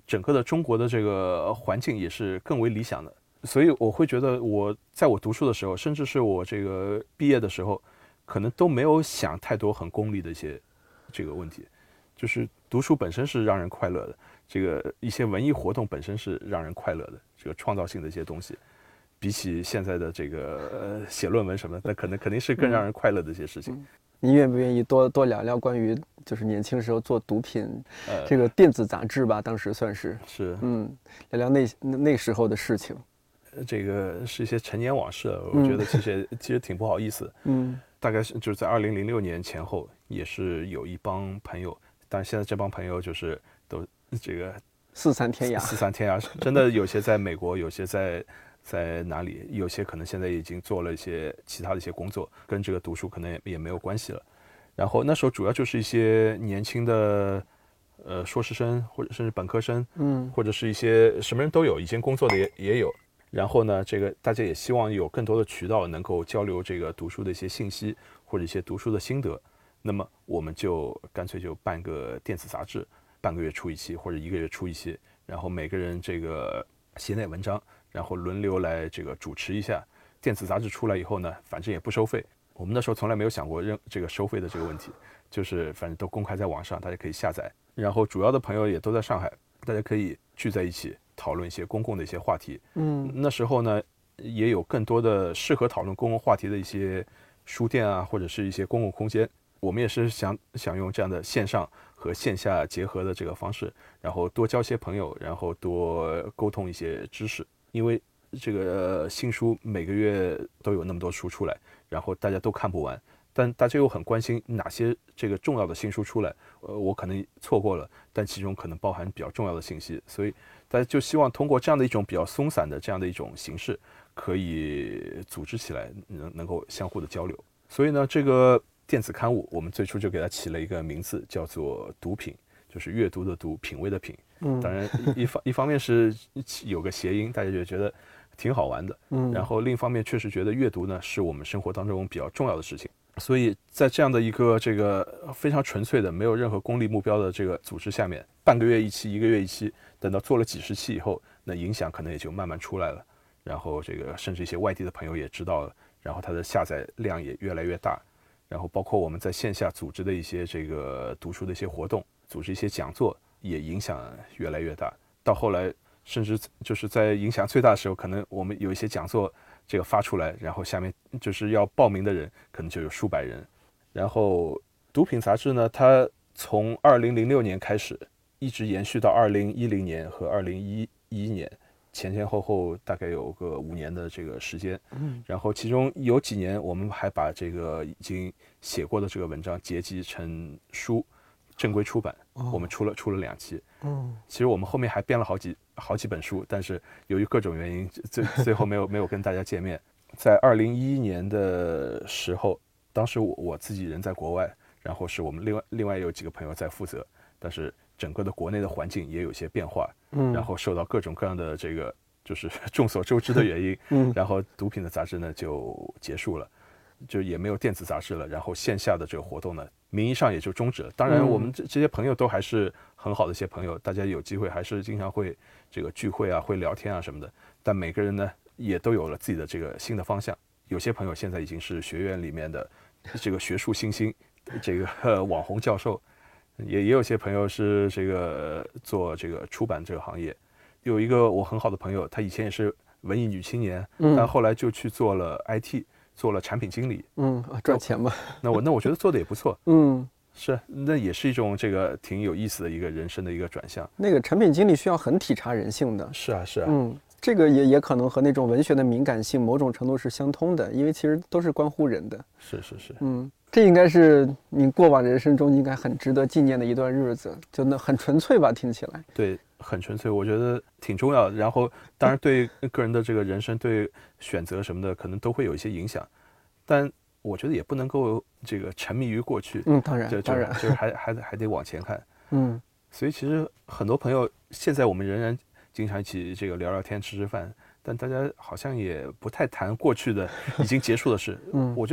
整个的中国的这个环境也是更为理想的。所以我会觉得，我在我读书的时候，甚至是我这个毕业的时候，可能都没有想太多很功利的一些这个问题。就是读书本身是让人快乐的，这个一些文艺活动本身是让人快乐的，这个创造性的一些东西，比起现在的这个、呃、写论文什么的，那可能肯定是更让人快乐的一些事情。嗯， 你愿不愿意多多聊聊关于就是年轻时候做毒品、呃、这个电子杂志吧？当时算是是嗯，聊聊那那时候的事情。 这个是一些陈年往事，我觉得其实、嗯、其实挺不好意思。 嗯， 大概是就是在二零零六年前后，也是有一帮朋友，但现在这帮朋友就是都这个四散天涯， 四散天涯，真的有些在美国，有些在在哪里，有些可能现在已经做了一些其他的一些工作，跟这个读书可能也也没有关系了。然后那时候主要就是一些年轻的呃硕士生或者甚至本科生， 嗯， 或者是一些什么人都有，已经工作的也也有。然后呢，这个大家也希望有更多的渠道能够交流这个读书的一些信息或者一些读书的心得。那么我们就干脆就办个电子杂志，半个月出一期或者一个月出一期，然后每个人这个写点文章，然后轮流来这个主持一下。电子杂志出来以后呢，反正也不收费。我们那时候从来没有想过任这个收费的这个问题，就是反正都公开在网上，大家可以下载。然后主要的朋友也都在上海，大家可以聚在一起讨论一些公共的一些话题。 嗯， 那时候呢，也有更多的适合讨论公共话题的一些书店啊，或者是一些公共空间。我们也是想想用这样的线上和线下结合的这个方式，然后多交些朋友，然后多沟通一些知识。因为这个新书每个月都有那么多书出来，然后大家都看不完，但大家又很关心哪些这个重要的新书出来，呃，我可能错过了，但其中可能包含比较重要的信息，所以大家就希望通过这样的一种比较松散的这样的一种形式，可以组织起来，能能够相互的交流。所以呢，这个电子刊物我们最初就给它起了一个名字，叫做读品，就是阅读的读，品味的品。 嗯， 当然一方一方面是有个谐音，大家就觉得挺好玩的。 嗯， 然后另一方面确实觉得阅读呢是我们生活当中比较重要的事情。所以在这样的一个这个非常纯粹的没有任何功利目标的这个组织下面，半个月一期，一个月一期，等到做了几十期以后，那影响可能也就慢慢出来了。然后这个甚至一些外地的朋友也知道了，然后它的下载量也越来越大。然后包括我们在线下组织的一些这个读书的一些活动，组织一些讲座，也影响越来越大。到后来甚至就是在影响最大的时候，可能我们有一些讲座这个发出来，然后下面就是要报名的人可能就有数百人。然后读品杂志呢，它从二零零六年开始一直延续到二零一零年和二零一一年，前前后后大概有个五年的这个时间。 嗯， 然后其中有几年我们还把这个已经写过的这个文章结集成书，正规出版。 哦， 我们出了出了两期。 嗯， 其实我们后面还编了好几好几本书，但是由于各种原因，最最后没有没有跟大家见面。在二零一一年的时候，当时我我自己人在国外，然后是我们另外另外有几个朋友在负责，但是整个的国内的环境也有些变化， 嗯， 然后受到各种各样的这个就是众所周知的原因， 嗯， 然后读品的杂志呢就结束了，就也没有电子杂志了，然后线下的这个活动呢，名义上也就终止了。当然，我们这这些朋友都还是很好的一些朋友，大家有机会还是经常会这个聚会啊，会聊天啊什么的。但每个人呢，也都有了自己的这个新的方向。有些朋友现在已经是学院里面的这个学术新星，这个、呃、网红教授，也也有些朋友是这个做这个出版这个行业。有一个我很好的朋友，她以前也是文艺女青年， 嗯， 但后来就去做了 I T。做了产品经理， 嗯，赚钱吧。 那我那我觉得做的也不错， 嗯， 是，那也是一种这个挺有意思的一个人生的一个转向。 那个产品经理需要很体察人性的。 是啊，是啊。 嗯，这个也也可能和那种文学的敏感性某种程度是相通的，因为其实都是关乎人的。 是是是。 嗯，这应该是你过往人生中应该很值得纪念的一段日子，就那很纯粹吧，听起来。 对，很纯粹，我觉得挺重要的。然后，当然对个人的这个人生、对选择什么的，可能都会有一些影响。但我觉得也不能够这个沉迷于过去。 嗯，当然， 就当然， 就是还还还得往前看。 嗯， 所以其实很多朋友现在我们仍然经常一起这个聊聊天、吃吃饭，但大家好像也不太谈过去的已经结束的事。 嗯， 我觉得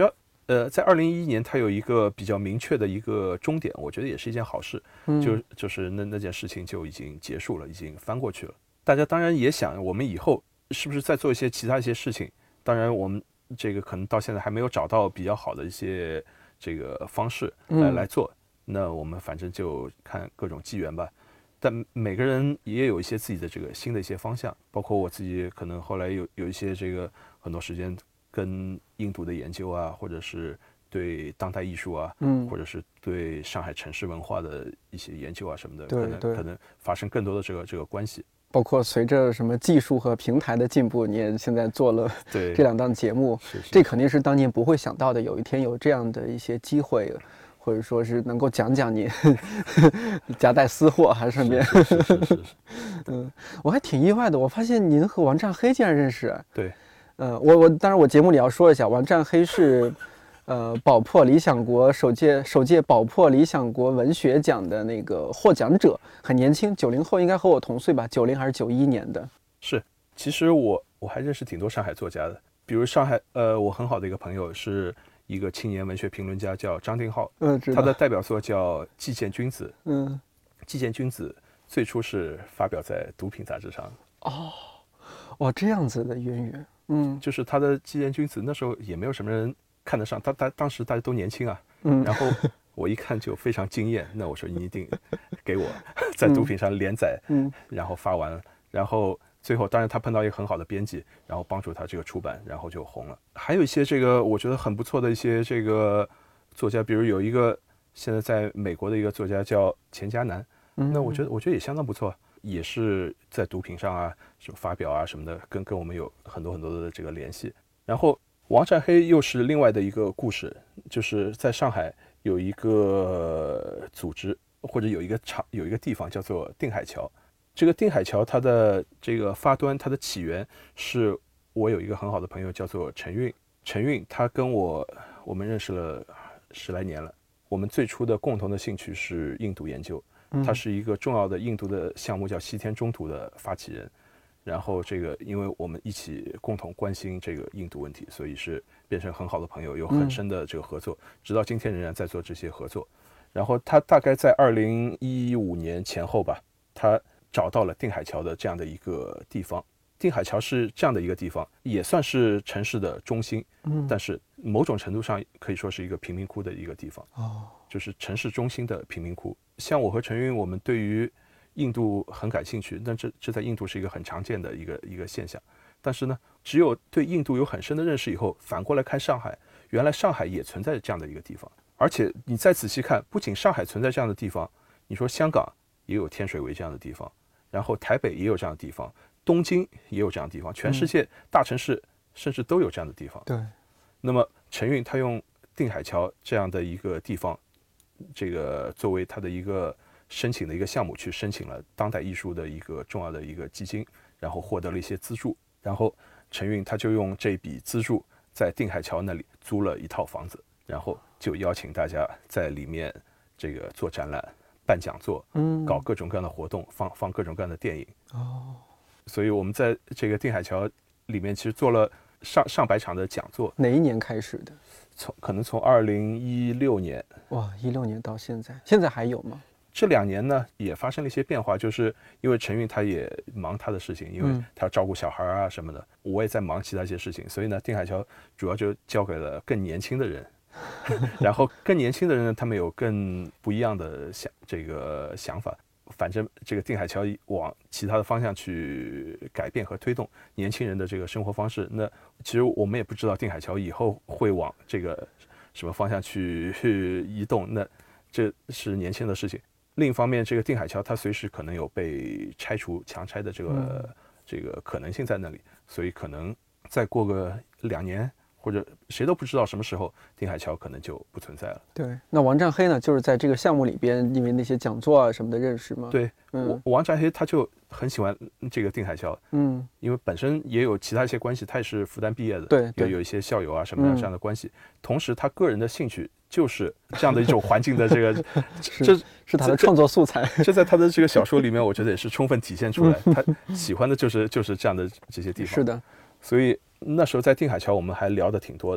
呃，在二零一一年，它有一个比较明确的一个终点，我觉得也是一件好事。 嗯， 就就是那那件事情就已经结束了，已经翻过去了。大家当然也想，我们以后是不是再做一些其他一些事情？当然，我们这个可能到现在还没有找到比较好的一些这个方式来、 嗯、 来做。那我们反正就看各种机缘吧。但每个人也有一些自己的这个新的一些方向，包括我自己可能后来有有一些这个很多时间跟印度的研究啊，或者是对当代艺术啊， 嗯， 或者是对上海城市文化的一些研究啊什么的， 对可能对可能发生更多的这个这个关系。 包括随着什么技术和平台的进步，你也现在做了对这两档节目， 是是这肯定是当年不会想到的，有一天有这样的一些机会，或者说是能够讲讲你夹带私货，还顺便， 是是是是是嗯，我还挺意外的，我发现您和王占黑竟然认识。 对， 呃，我我当然我节目里要说一下，王占黑是。呃，宝珀理想国首届首届宝珀理想国文学奖的那个获奖者，很年轻，九零后，应该和我同岁吧，九零还是九一年的。 是，其实我我还认识挺多上海作家的，比如上海，呃，我很好的一个朋友是一个青年文学评论家，叫张定浩， 嗯， 他的代表作叫《寄见君子》。 嗯，《 寄见君子》最初是发表在《毒品》杂志上。 哦，哇，这样子的渊源，嗯， 就是他的《寄见君子》那时候也没有什么人看得上，他他当时大家都年轻啊， 嗯， 然后我一看就非常惊艳，那我说你一定给我在毒品上连载， 嗯， 然后发完了，然后最后当然他碰到一个很好的编辑，然后帮助他这个出版，然后就红了。还有一些这个我觉得很不错的一些这个作家，比如有一个现在在美国的一个作家叫钱嘉楠， 嗯， 那我觉得我觉得也相当不错，也是在毒品上啊什么发表啊什么的，跟跟我们有很多很多的这个联系。然后王占黑又是另外的一个故事，就是在上海有一个组织或者有一个场有一个地方叫做定海桥。这个定海桥它的这个发端，它的起源是我有一个很好的朋友叫做陈运，陈运他跟我我们认识了十来年了。我们最初的共同的兴趣是印度研究，他是一个重要的印度的项目叫西天中图的发起人。然后这个，因为我们一起共同关心这个印度问题，所以是变成很好的朋友，有很深的这个合作，直到今天仍然在做这些合作。然后他大概在二零一五年前后吧，他找到了定海桥的这样的一个地方。定海桥是这样的一个地方，也算是城市的中心，嗯，但是某种程度上可以说是一个贫民窟的一个地方，哦，就是城市中心的贫民窟。像我和陈云，我们对于印度很感兴趣，但这这在印度是一个很常见的一个一个现象。但是呢，只有对印度有很深的认识以后，反过来看上海，原来上海也存在这样的一个地方。而且你再仔细看，不仅上海存在这样的地方，你说香港也有天水围这样的地方，然后台北也有这样的地方，东京也有这样的地方，全世界大城市甚至都有这样的地方。 对。 那么陈运他用定海桥这样的一个地方，这个作为他的一个申请的一个项目，去申请了当代艺术的一个重要的一个基金，然后获得了一些资助。然后陈运他就用这笔资助在定海桥那里租了一套房子，然后就邀请大家在里面这个做展览、办讲座，嗯，搞各种各样的活动，放放各种各样的电影。哦，所以我们在这个定海桥里面其实做了上上百场的讲座。 哪一年开始的？ 从可能从二零一六年。 哇，一六年到现在，现在还有吗？ 这两年呢也发生了一些变化，就是因为陈运他也忙他的事情，因为他要照顾小孩啊什么的，嗯、我也在忙其他一些事情，所以呢，定海桥主要就交给了更年轻的人，然后更年轻的人呢，他们有更不一样的想这个想法。反正这个定海桥往其他的方向去改变和推动年轻人的这个生活方式，那其实我们也不知道定海桥以后会往这个什么方向去去移动，那这是年轻的事情。另一方面，这个定海桥它随时可能有被拆除、强拆的这个、嗯、这个可能性在那里，所以可能再过个两年，或者谁都不知道什么时候，定海桥可能就不存在了。 对，那王占黑呢，就是在这个项目里边，因为那些讲座啊什么的认识吗？ 对，嗯、王占黑他就很喜欢这个定海桥，嗯，因为本身也有其他一些关系，他也是复旦毕业的， 对，对， 有有一些校友啊什么这样的关系，嗯、同时他个人的兴趣就是这样的一种环境的这个， 这是他的创作素材。 这在他的这个小说里面，我觉得也是充分体现出来。他喜欢的就是就是这样的这些地方。 是的， 所以那时候在定海桥，我们还聊得挺多的。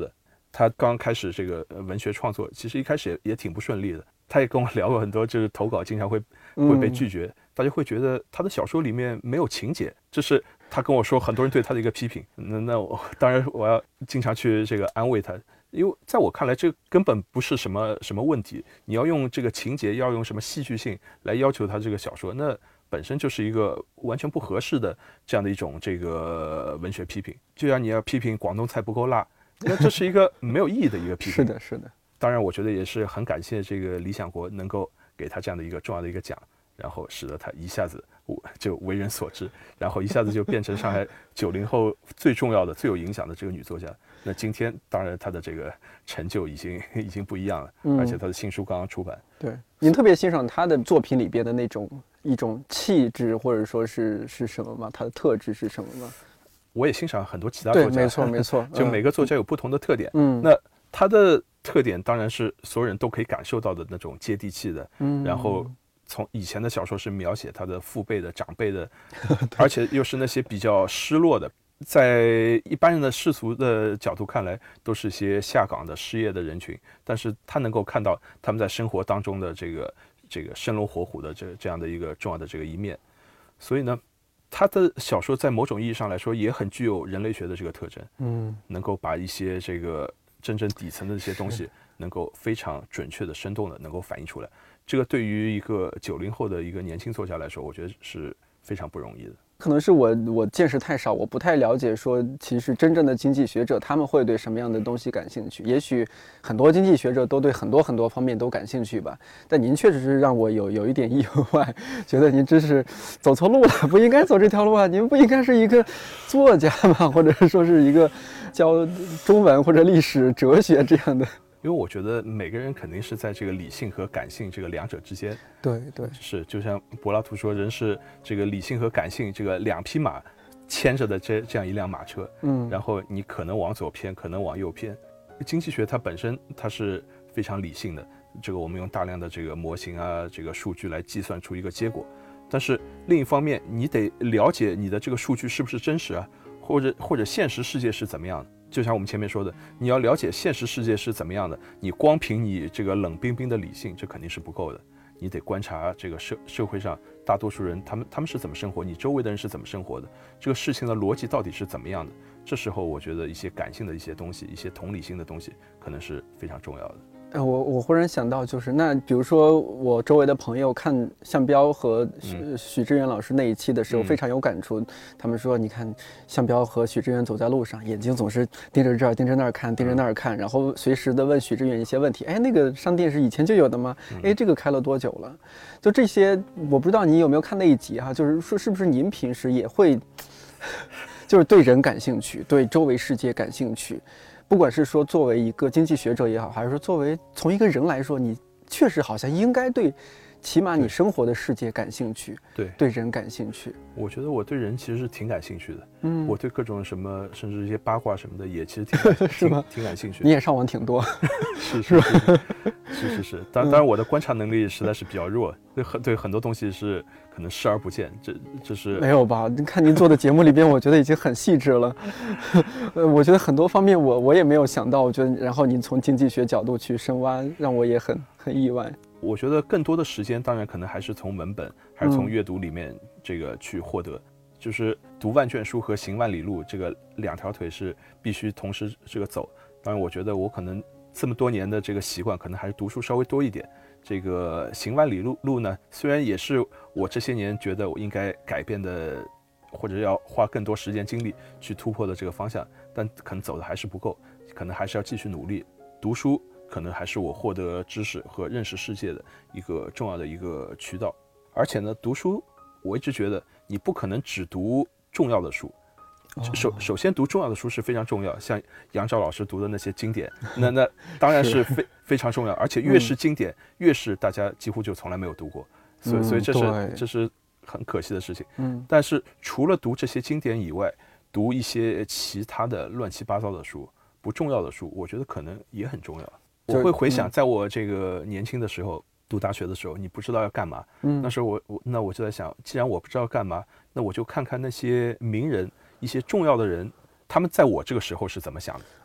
他刚开始这个文学创作，其实一开始也也挺不顺利的。他也跟我聊过很多，就是投稿经常会会被拒绝，嗯、大家会觉得他的小说里面没有情节，这是他跟我说很多人对他的一个批评。那那我当然我要经常去这个安慰他，因为在我看来这根本不是什么什么问题。你要用这个情节，要用什么戏剧性来要求他这个小说，那本身就是一个完全不合适的这样的一种这个文学批评。就像你要批评广东菜不够辣，那这是一个没有意义的一个批评。 是的，是的。 当然，我觉得也是很感谢这个理想国能够给他这样的一个重要的一个奖，然后使得他一下子就为人所知，然后一下子就变成上海九零后最重要的、最有影响的这个女作家。那今天当然她的这个成就已经已经不一样了，而且她的新书刚刚出版。 对，您特别欣赏她的作品里边的那种一种气质，或者说是是什么吗？她的特质是什么吗？ 我也欣赏很多其他作家， 对，没错没错， 就每个作家有不同的特点。 嗯， 那她的特点当然是所有人都可以感受到的那种接地气的，嗯，然后从以前的小说是描写他的父辈的、长辈的，而且又是那些比较失落的，在一般人的世俗的角度看来，都是些下岗的失业的人群，但是他能够看到他们在生活当中的这个这个生龙活虎的这这样的一个重要的这个一面，所以呢，他的小说在某种意义上来说也很具有人类学的这个特征， 嗯， 能够把一些这个真正底层的这些东西能够非常准确的、生动的能够反映出来。这个对于一个九零后的一个年轻作家来说，我觉得是非常不容易的。 可能是我我见识太少，我不太了解说其实真正的经济学者他们会对什么样的东西感兴趣。也许很多经济学者都对很多很多方面都感兴趣吧，但您确实是让我有有一点意外，觉得您真是走错路了，不应该走这条路啊！您不应该是一个作家吗？或者说是一个教中文或者历史、哲学这样的？ 因为我觉得每个人肯定是在这个理性和感性这个两者之间。 对对， 是就像柏拉图说，人是这个理性和感性这个两匹马牵着的这这样一辆马车。嗯，然后你可能往左偏，可能往右偏。经济学它本身它是非常理性的，这个我们用大量的这个模型啊，这个数据来计算出一个结果。但是另一方面，你得了解你的这个数据是不是真实啊，或者或者现实世界是怎么样的。就像我们前面说的，你要了解现实世界是怎么样的，你光凭你这个冷冰冰的理性，这肯定是不够的。你得观察这个社社会上大多数人，他们他们是怎么生活，你周围的人是怎么生活的，这个事情的逻辑到底是怎么样的。这时候，我觉得一些感性的一些东西，一些同理心的东西，可能是非常重要的。 呃，我我忽然想到，就是那比如说我周围的朋友看项彪和许、嗯、许知远老师那一期的时候非常有感触，嗯、他们说，你看项彪和许知远走在路上，眼睛总是盯着这儿、盯着那儿看、盯着那儿看，然后随时的问许知远一些问题。哎，那个商店是以前就有的吗？哎，这个开了多久了？就这些，我不知道你有没有看那一集哈、啊，就是说是不是您平时也会，就是对人感兴趣，对周围世界感兴趣。不管是说作为一个经济学者也好，还是说作为从一个人来说，你确实好像应该对起码你生活的世界感兴趣， 对对人感兴趣。 我觉得我对人其实是挺感兴趣的，嗯，我对各种什么甚至一些八卦什么的也其实挺是吗？ 挺感兴趣。 你也上网挺多， 是是是是是是，当当然我的观察能力实在是比较弱，对很对很多东西是可能视而不见，这这是没有吧？你看您做的节目里边，我觉得已经很细致了。呃，我觉得很多方面我我也没有想到，我觉得然后您从经济学角度去深挖，让我也很很意外。 我觉得更多的时间，当然可能还是从文本，还是从阅读里面这个去获得。嗯、就是读万卷书和行万里路，这个两条腿是必须同时这个走。当然，我觉得我可能这么多年的这个习惯，可能还是读书稍微多一点。这个行万里路路呢，虽然也是我这些年觉得我应该改变的，或者要花更多时间精力去突破的这个方向，但可能走的还是不够，可能还是要继续努力。读书可能还是我获得知识和认识世界的一个重要的一个渠道。而且呢，读书我一直觉得你不可能只读重要的书。首首先读重要的书是非常重要，像杨照老师读的那些经典，那那当然是非非常重要，而且越是经典，嗯、越是大家几乎就从来没有读过，所以所以这是、嗯、这是很可惜的事情。嗯，但是除了读这些经典以外，读一些其他的乱七八糟的书、不重要的书，我觉得可能也很重要。我会回想，在我这个年轻的时候，读大学的时候，你不知道要干嘛，嗯，那时候我我那我就在想，既然我不知道干嘛，那我就看看那些名人。一些重要的人，他们在我这个时候是怎么想的？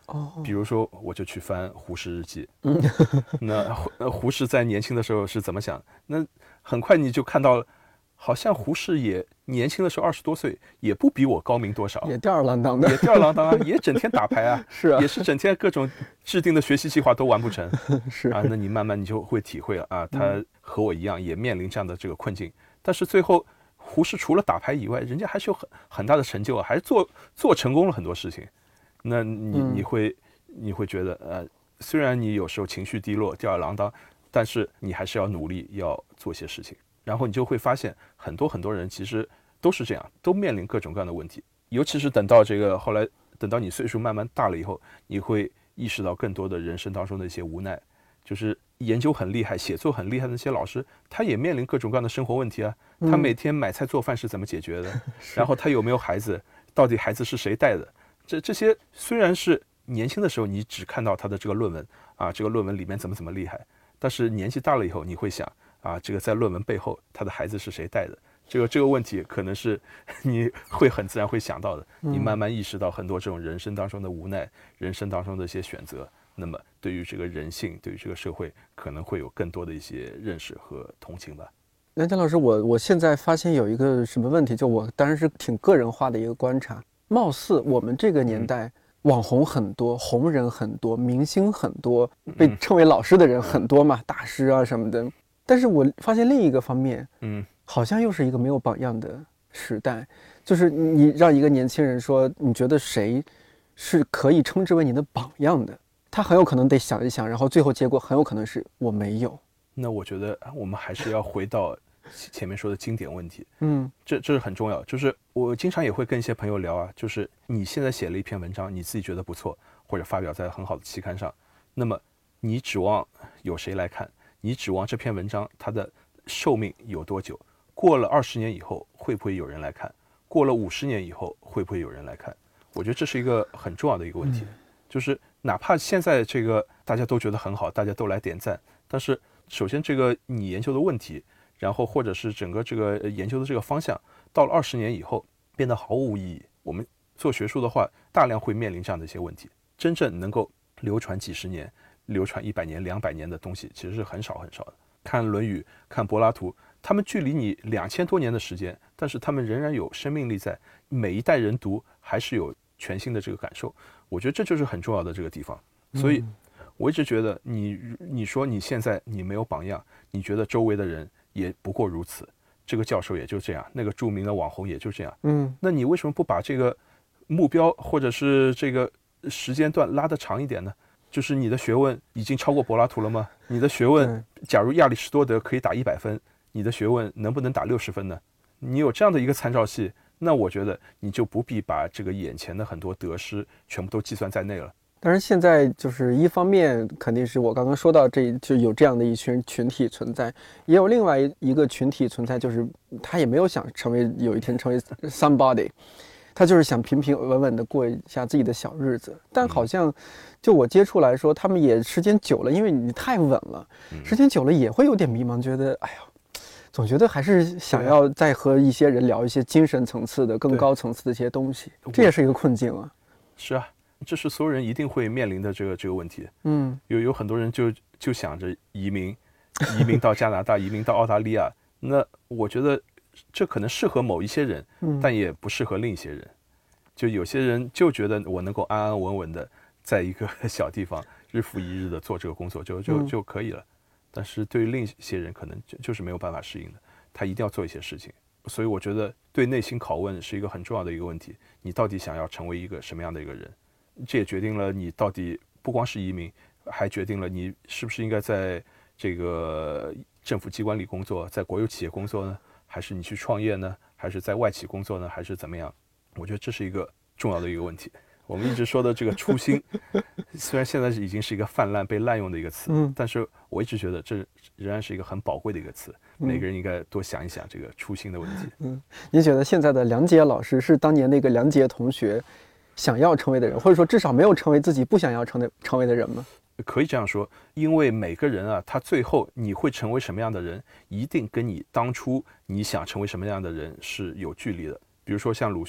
哦， 比如说我就去翻胡适日记，嗯，那胡胡适在年轻的时候是怎么想？那很快你就看到了，好像胡适也年轻的时候二十多岁，也不比我高明多少， 也吊儿郎当的， 也吊儿郎当啊，也整天打牌啊， 是啊， 也是整天各种制定的学习计划都完不成， 是啊，那你慢慢你就会体会了啊，他和我一样也面临这样的这个困境，但是最后胡适除了打牌以外，人家还是有很很大的成就啊，还是做做成功了很多事情，那你你会你会觉得呃，虽然你有时候情绪低落、吊儿郎当，但是你还是要努力要做些事情。然后你就会发现，很多很多人其实都是这样，都面临各种各样的问题。尤其是等到这个后来，等到你岁数慢慢大了以后，你会意识到更多的人生当中的一些无奈。就是研究很厉害、写作很厉害的那些老师，他也面临各种各样的生活问题啊。他每天买菜做饭是怎么解决的？然后他有没有孩子？到底孩子是谁带的？这这些虽然是年轻的时候你只看到他的这个论文啊，这个论文里面怎么怎么厉害，但是年纪大了以后，你会想。啊，这个在论文背后，他的孩子是谁带的？这个这个问题可能是你会很自然会想到的。你慢慢意识到很多这种人生当中的无奈，人生当中的一些选择，那么对于这个人性，对于这个社会，可能会有更多的一些认识和同情吧。 那姜老师，我我现在发现有一个什么问题，就我当然是挺个人化的一个观察，貌似我们这个年代。嗯网红很多，红人很多，明星很多，被称为老师的人很多嘛，大师啊什么的。但是我发现另一个方面，嗯，好像又是一个没有榜样的时代。就是你让一个年轻人说，你觉得谁是可以称之为你的榜样的？他很有可能得想一想，然后最后结果很有可能是我没有。 那我觉得我们还是要回到前面说的经典问题，嗯，这这是很重要。就是我经常也会跟一些朋友聊啊，就是你现在写了一篇文章，你自己觉得不错，或者发表在很好的期刊上，那么你指望有谁来看？你指望这篇文章它的寿命有多久？过了二十年以后会不会有人来看？过了五十年以后会不会有人来看？我觉得这是一个很重要的一个问题，嗯、就是哪怕现在这个大家都觉得很好，大家都来点赞，但是首先这个你研究的问题。然后或者是整个这个研究的这个方向，到了二十年以后变得毫无意义。我们做学术的话，大量会面临这样的一些问题。真正能够流传几十年、流传一百年、两百年的东西，其实是很少很少的。看《论语》、看柏拉图，他们距离你两千多年的时间，但是他们仍然有生命力在，每一代人读还是有全新的这个感受。我觉得这就是很重要的这个地方。所以，我一直觉得你你说你现在你没有榜样，你觉得周围的人。也不过如此，这个教授也就这样，那个著名的网红也就这样。嗯，那你为什么不把这个目标或者是这个时间段拉得长一点呢？就是你的学问已经超过柏拉图了吗？你的学问，假如亚里士多德可以打一百分，你的学问能不能打六十分呢？你有这样的一个参照系，那我觉得你就不必把这个眼前的很多得失全部都计算在内了。 但是现在就是一方面肯定是我刚刚说到这就有这样的一群群体存在，也有另外一个群体存在，就是他也没有想成为有一天成为 somebody， 他就是想平平稳稳的过一下自己的小日子。但好像就我接触来说，他们也时间久了，因为你太稳了，时间久了也会有点迷茫，觉得哎呀，总觉得还是想要再和一些人聊一些精神层次的更高层次的一些东西，这也是一个困境啊。 是啊，这是所有人一定会面临的这个这个问题。嗯，有有很多人就就想着移民，移民到加拿大，移民到澳大利亚。那我觉得这可能适合某一些人，但也不适合另一些人。就有些人就觉得我能够安安稳稳的在一个小地方日复一日的做这个工作就就就可以了。但是对于另一些人可能就就是没有办法适应的，他一定要做一些事情。所以我觉得对内心拷问是一个很重要的一个问题，你到底想要成为一个什么样的一个人？这也决定了你到底不光是移民，还决定了你是不是应该在这个政府机关里工作，在国有企业工作呢？还是你去创业呢？还是在外企工作呢？还是怎么样？我觉得这是一个重要的一个问题。我们一直说的这个初心，虽然现在已经是一个泛滥被滥用的一个词，嗯，但是我一直觉得这仍然是一个很宝贵的一个词，嗯，每个人应该多想一想这个初心的问题。 嗯，你觉得现在的梁杰老师是当年那个梁杰同学想要成为的人，或者说至少没有成为自己不想要成的成为的人吗？ 可以这样说，因为每个人啊，他最后你会成为什么样的人，一定跟你当初你想成为什么样的人是有距离的。比如说像鲁迅，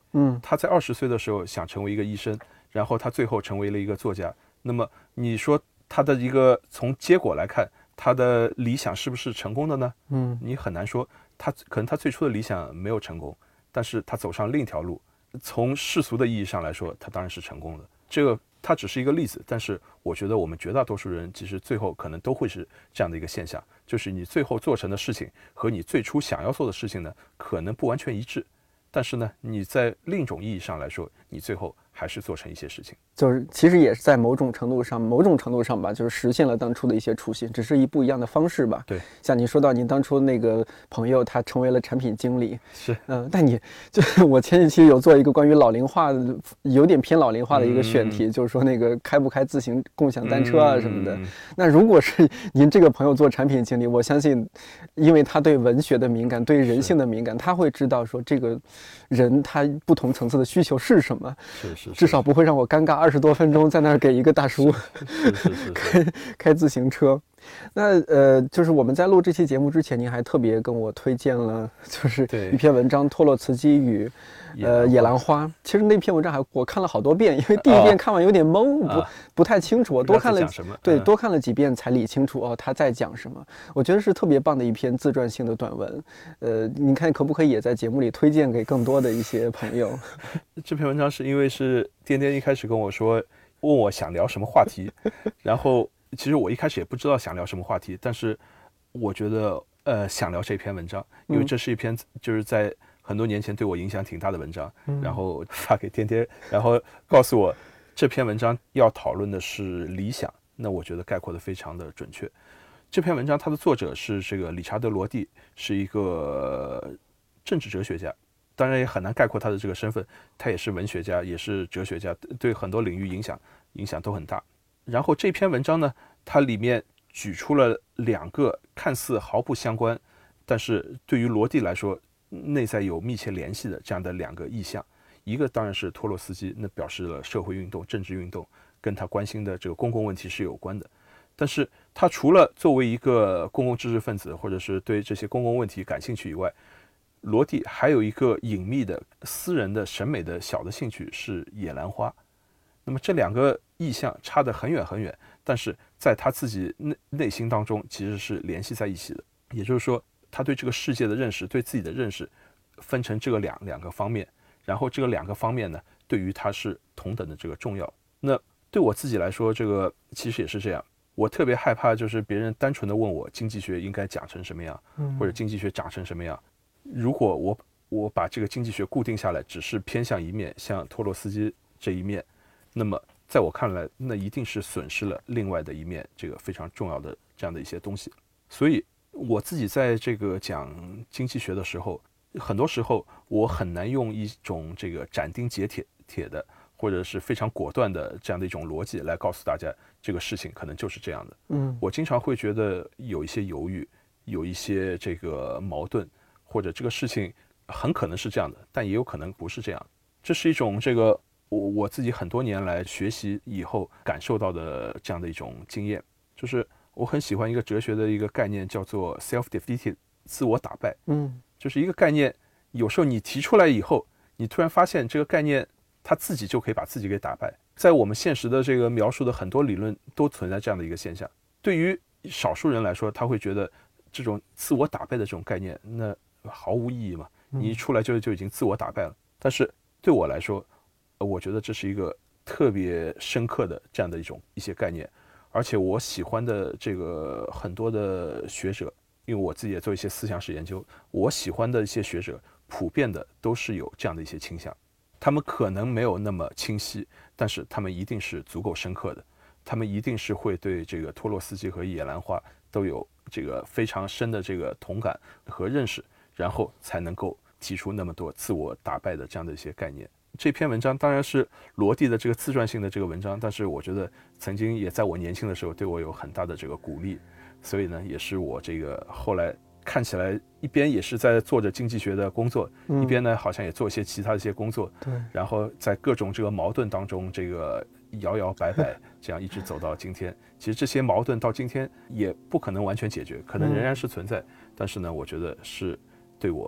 嗯， 他在二十岁的时候想成为一个医生，然后他最后成为了一个作家。那么你说他的一个从结果来看，他的理想是不是成功的呢？ 嗯， 你很难说。他可能他最初的理想没有成功，但是他走上另一条路，从世俗的意义上来说，他当然是成功的。这个它只是一个例子，但是我觉得我们绝大多数人其实最后可能都会是这样的一个现象，就是你最后做成的事情和你最初想要做的事情呢，可能不完全一致，但是呢，你在另一种意义上来说，你最后还是做成一些事情。 就是其实也是在某种程度上，某种程度上吧，就是实现了当初的一些初心，只是一不一样的方式吧。 对， 像您说到您当初那个朋友，他成为了产品经理， 是， 嗯、呃，但你就是我前几期有做一个关于老龄化的，有点偏老龄化的一个选题，嗯、就是说那个开不开自行共享单车啊什么的。嗯、那如果是您这个朋友做产品经理，我相信，因为他对文学的敏感，对人性的敏感，他会知道说这个人他不同层次的需求是什么， 是是， 至少不会让我尴尬二十多分钟在那儿给一个大叔是是是开开自行车。那呃，就是我们在录这期节目之前，您还特别跟我推荐了，就是一篇文章《托洛茨基与呃野兰花》。其实那篇文章还我看了好多遍，因为第一遍看完有点懵， 哦、 不不太清楚，我多看了对、 嗯、 多看了几遍才理清楚哦他在讲什么。我觉得是特别棒的一篇自传性的短文。呃，您看可不可以也在节目里推荐给更多的一些朋友？ 这篇文章是因为是颠颠一开始跟我说，问我想聊什么话题，然后。其实我一开始也不知道想聊什么话题，但是我觉得呃想聊这篇文章，因为这是一篇就是在很多年前对我影响挺大的文章，嗯、然后发给天天，然后告诉我这篇文章要讨论的是理想，那我觉得概括的非常的准确。这篇文章它的作者是这个理查德·罗蒂，是一个政治哲学家，当然也很难概括他的这个身份，他也是文学家，也是哲学家，对很多领域影响影响都很大。然后这篇文章呢，它里面举出了两个看似毫不相关，但是对于罗蒂来说内在有密切联系的这样的两个意象。一个当然是托洛斯基，那表示了社会运动、政治运动跟他关心的这个公共问题是有关的。但是他除了作为一个公共知识分子，或者是对这些公共问题感兴趣以外，罗蒂还有一个隐秘的私人的审美的小的兴趣是野兰花。那么这两个意象差得很远很远，但是在他自己内内心当中其实是联系在一起的。也就是说，他对这个世界的认识，对自己的认识，分成这个两两个方面，然后这个两个方面呢，对于他是同等的这个重要。那对我自己来说，这个其实也是这样。我特别害怕，就是别人单纯的问我经济学应该讲成什么样，或者经济学讲成什么样。如果我我把这个经济学固定下来，只是偏向一面，像托洛斯基这一面，那么在我看来，那一定是损失了另外的一面，这个非常重要的这样的一些东西。所以我自己在这个讲经济学的时候，很多时候我很难用一种这个斩钉截铁铁的，或者是非常果断的这样的一种逻辑来告诉大家这个事情可能就是这样的。嗯，我经常会觉得有一些犹豫，有一些这个矛盾，或者这个事情很可能是这样的，但也有可能不是这样。这是一种这个我我自己很多年来学习以后感受到的这样的一种经验，就是我很喜欢一个哲学的一个概念，叫做 self-defeated 自我打败。嗯，就是一个概念，有时候你提出来以后，你突然发现这个概念它自己就可以把自己给打败。在我们现实的这个描述的很多理论都存在这样的一个现象。对于少数人来说，他会觉得这种自我打败的这种概念那毫无意义嘛，你一出来就就已经自我打败了。但是对我来说，我觉得这是一个特别深刻的这样的一种一些概念，而且我喜欢的这个很多的学者，因为我自己也做一些思想史研究，我喜欢的一些学者普遍的都是有这样的一些倾向，他们可能没有那么清晰，但是他们一定是足够深刻的，他们一定是会对这个托洛斯基和野兰花都有这个非常深的这个同感和认识，然后才能够提出那么多自我打败的这样的一些概念。这篇文章当然是罗蒂的这个自传性的这个文章，但是我觉得曾经也在我年轻的时候对我有很大的这个鼓励，所以呢，也是我这个后来看起来一边也是在做着经济学的工作，嗯、一边呢好像也做一些其他的一些工作，对，然后在各种这个矛盾当中，这个摇摇摆摆，这样一直走到今天。其实这些矛盾到今天也不可能完全解决，可能仍然是存在，嗯、但是呢，我觉得是对我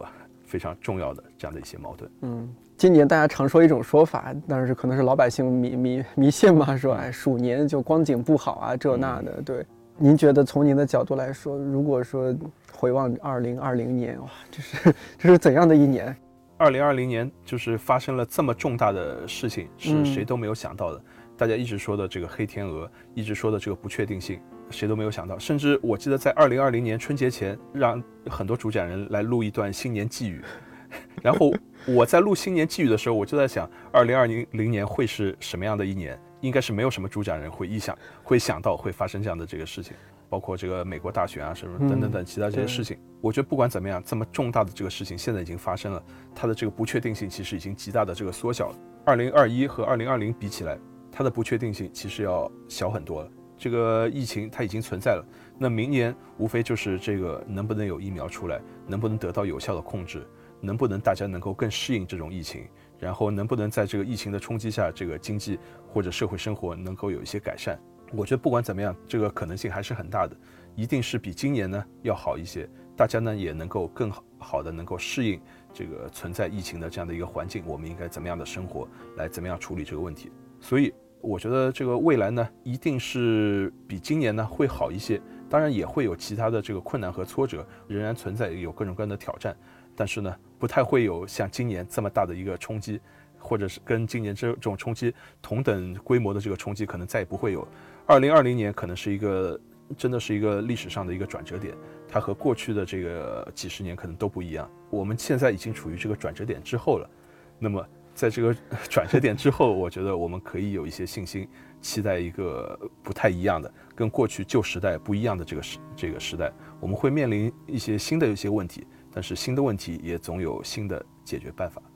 非常重要的这样的一些矛盾。 嗯，今年大家常说一种说法，但是可能是老百姓迷迷迷信嘛，说哎鼠年就光景不好啊，这那的。对，您觉得从您的角度来说，如果说回望二零二零年，哇，这是这是怎样的一年？ 二零二零年就是发生了这么重大的事情，是谁都没有想到的。嗯、大家一直说的这个黑天鹅，一直说的这个不确定性，谁都没有想到。甚至我记得在二零二零年春节前，让很多主讲人来录一段新年寄语，然后我在录新年寄语的时候，我就在想，二零二零年会是什么样的一年？应该是没有什么主讲人会意想会想到会发生这样的这个事情。包括这个美国大选啊什么等等等其他这些事情、嗯、我觉得不管怎么样，这么重大的这个事情现在已经发生了，它的这个不确定性其实已经极大的这个缩小了。二零二一和二零二零比起来，它的不确定性其实要小很多了。这个疫情它已经存在了，那明年无非就是这个能不能有疫苗出来，能不能得到有效的控制，能不能大家能够更适应这种疫情，然后能不能在这个疫情的冲击下，这个经济或者社会生活能够有一些改善。我觉得不管怎么样，这个可能性还是很大的，一定是比今年呢要好一些，大家呢也能够更好的能够适应这个存在疫情的这样的一个环境，我们应该怎么样的生活，来怎么样处理这个问题。所以我觉得这个未来呢，一定是比今年呢会好一些，当然也会有其他的这个困难和挫折，仍然存在有各种各样的挑战，但是呢不太会有像今年这么大的一个冲击，或者是跟今年这种冲击同等规模的这个冲击可能再也不会有。二零二零年可能是一个真的是一个历史上的一个转折点，它和过去的这个几十年可能都不一样。我们现在已经处于这个转折点之后了，那么在这个转折点之后，我觉得我们可以有一些信心，期待一个不太一样的，跟过去旧时代不一样的这个时这个时代。我们会面临一些新的一些问题，但是新的问题也总有新的解决办法。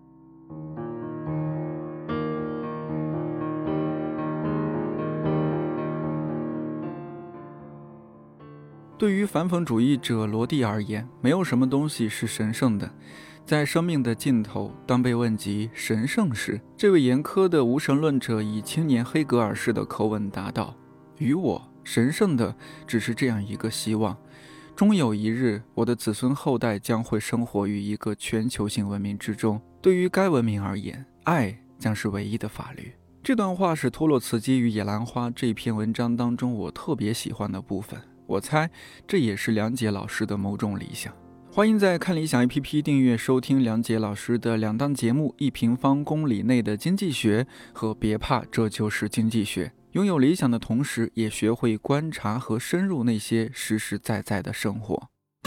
对于反讽主义者罗蒂而言，没有什么东西是神圣的。在生命的尽头，当被问及神圣时，这位严苛的无神论者以青年黑格尔式的口吻答道：于我，神圣的只是这样一个希望，终有一日，我的子孙后代将会生活于一个全球性文明之中。对于该文明而言，爱将是唯一的法律。这段话是托洛茨基与野兰花这篇文章当中我特别喜欢的部分。我猜这也是梁杰老师的某种理想。欢迎在看理想 A P P 订阅收听梁杰老师的两档节目：一平方公里内的经济学和别怕，这就是经济学。拥有理想的同时，也学会观察和深入那些实实在在的生活。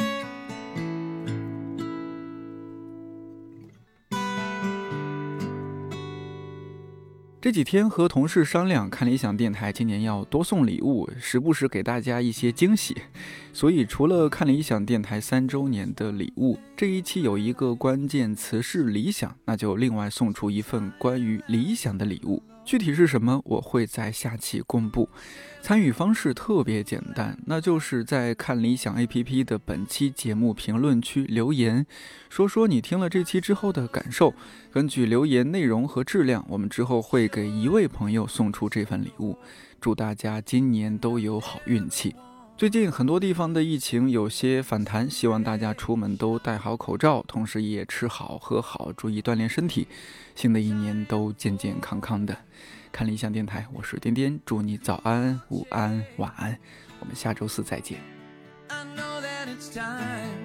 这几天和同事商量，看理想电台今年要多送礼物，时不时给大家一些惊喜。所以除了看理想电台三周年的礼物，这一期有一个关键词是理想，那就另外送出一份关于理想的礼物。具体是什么，我会在下期公布。参与方式特别简单，那就是在看理想 A P P 的本期节目评论区留言，说说你听了这期之后的感受。根据留言内容和质量，我们之后会给一位朋友送出这份礼物。祝大家今年都有好运气。最近很多地方的疫情有些反弹，希望大家出门都戴好口罩，同时也吃好喝好，注意锻炼身体。新的一年都健健康康的。看理想电台，我是颠颠，祝你早安、午安、晚安。我们下周四再见。I know that it's time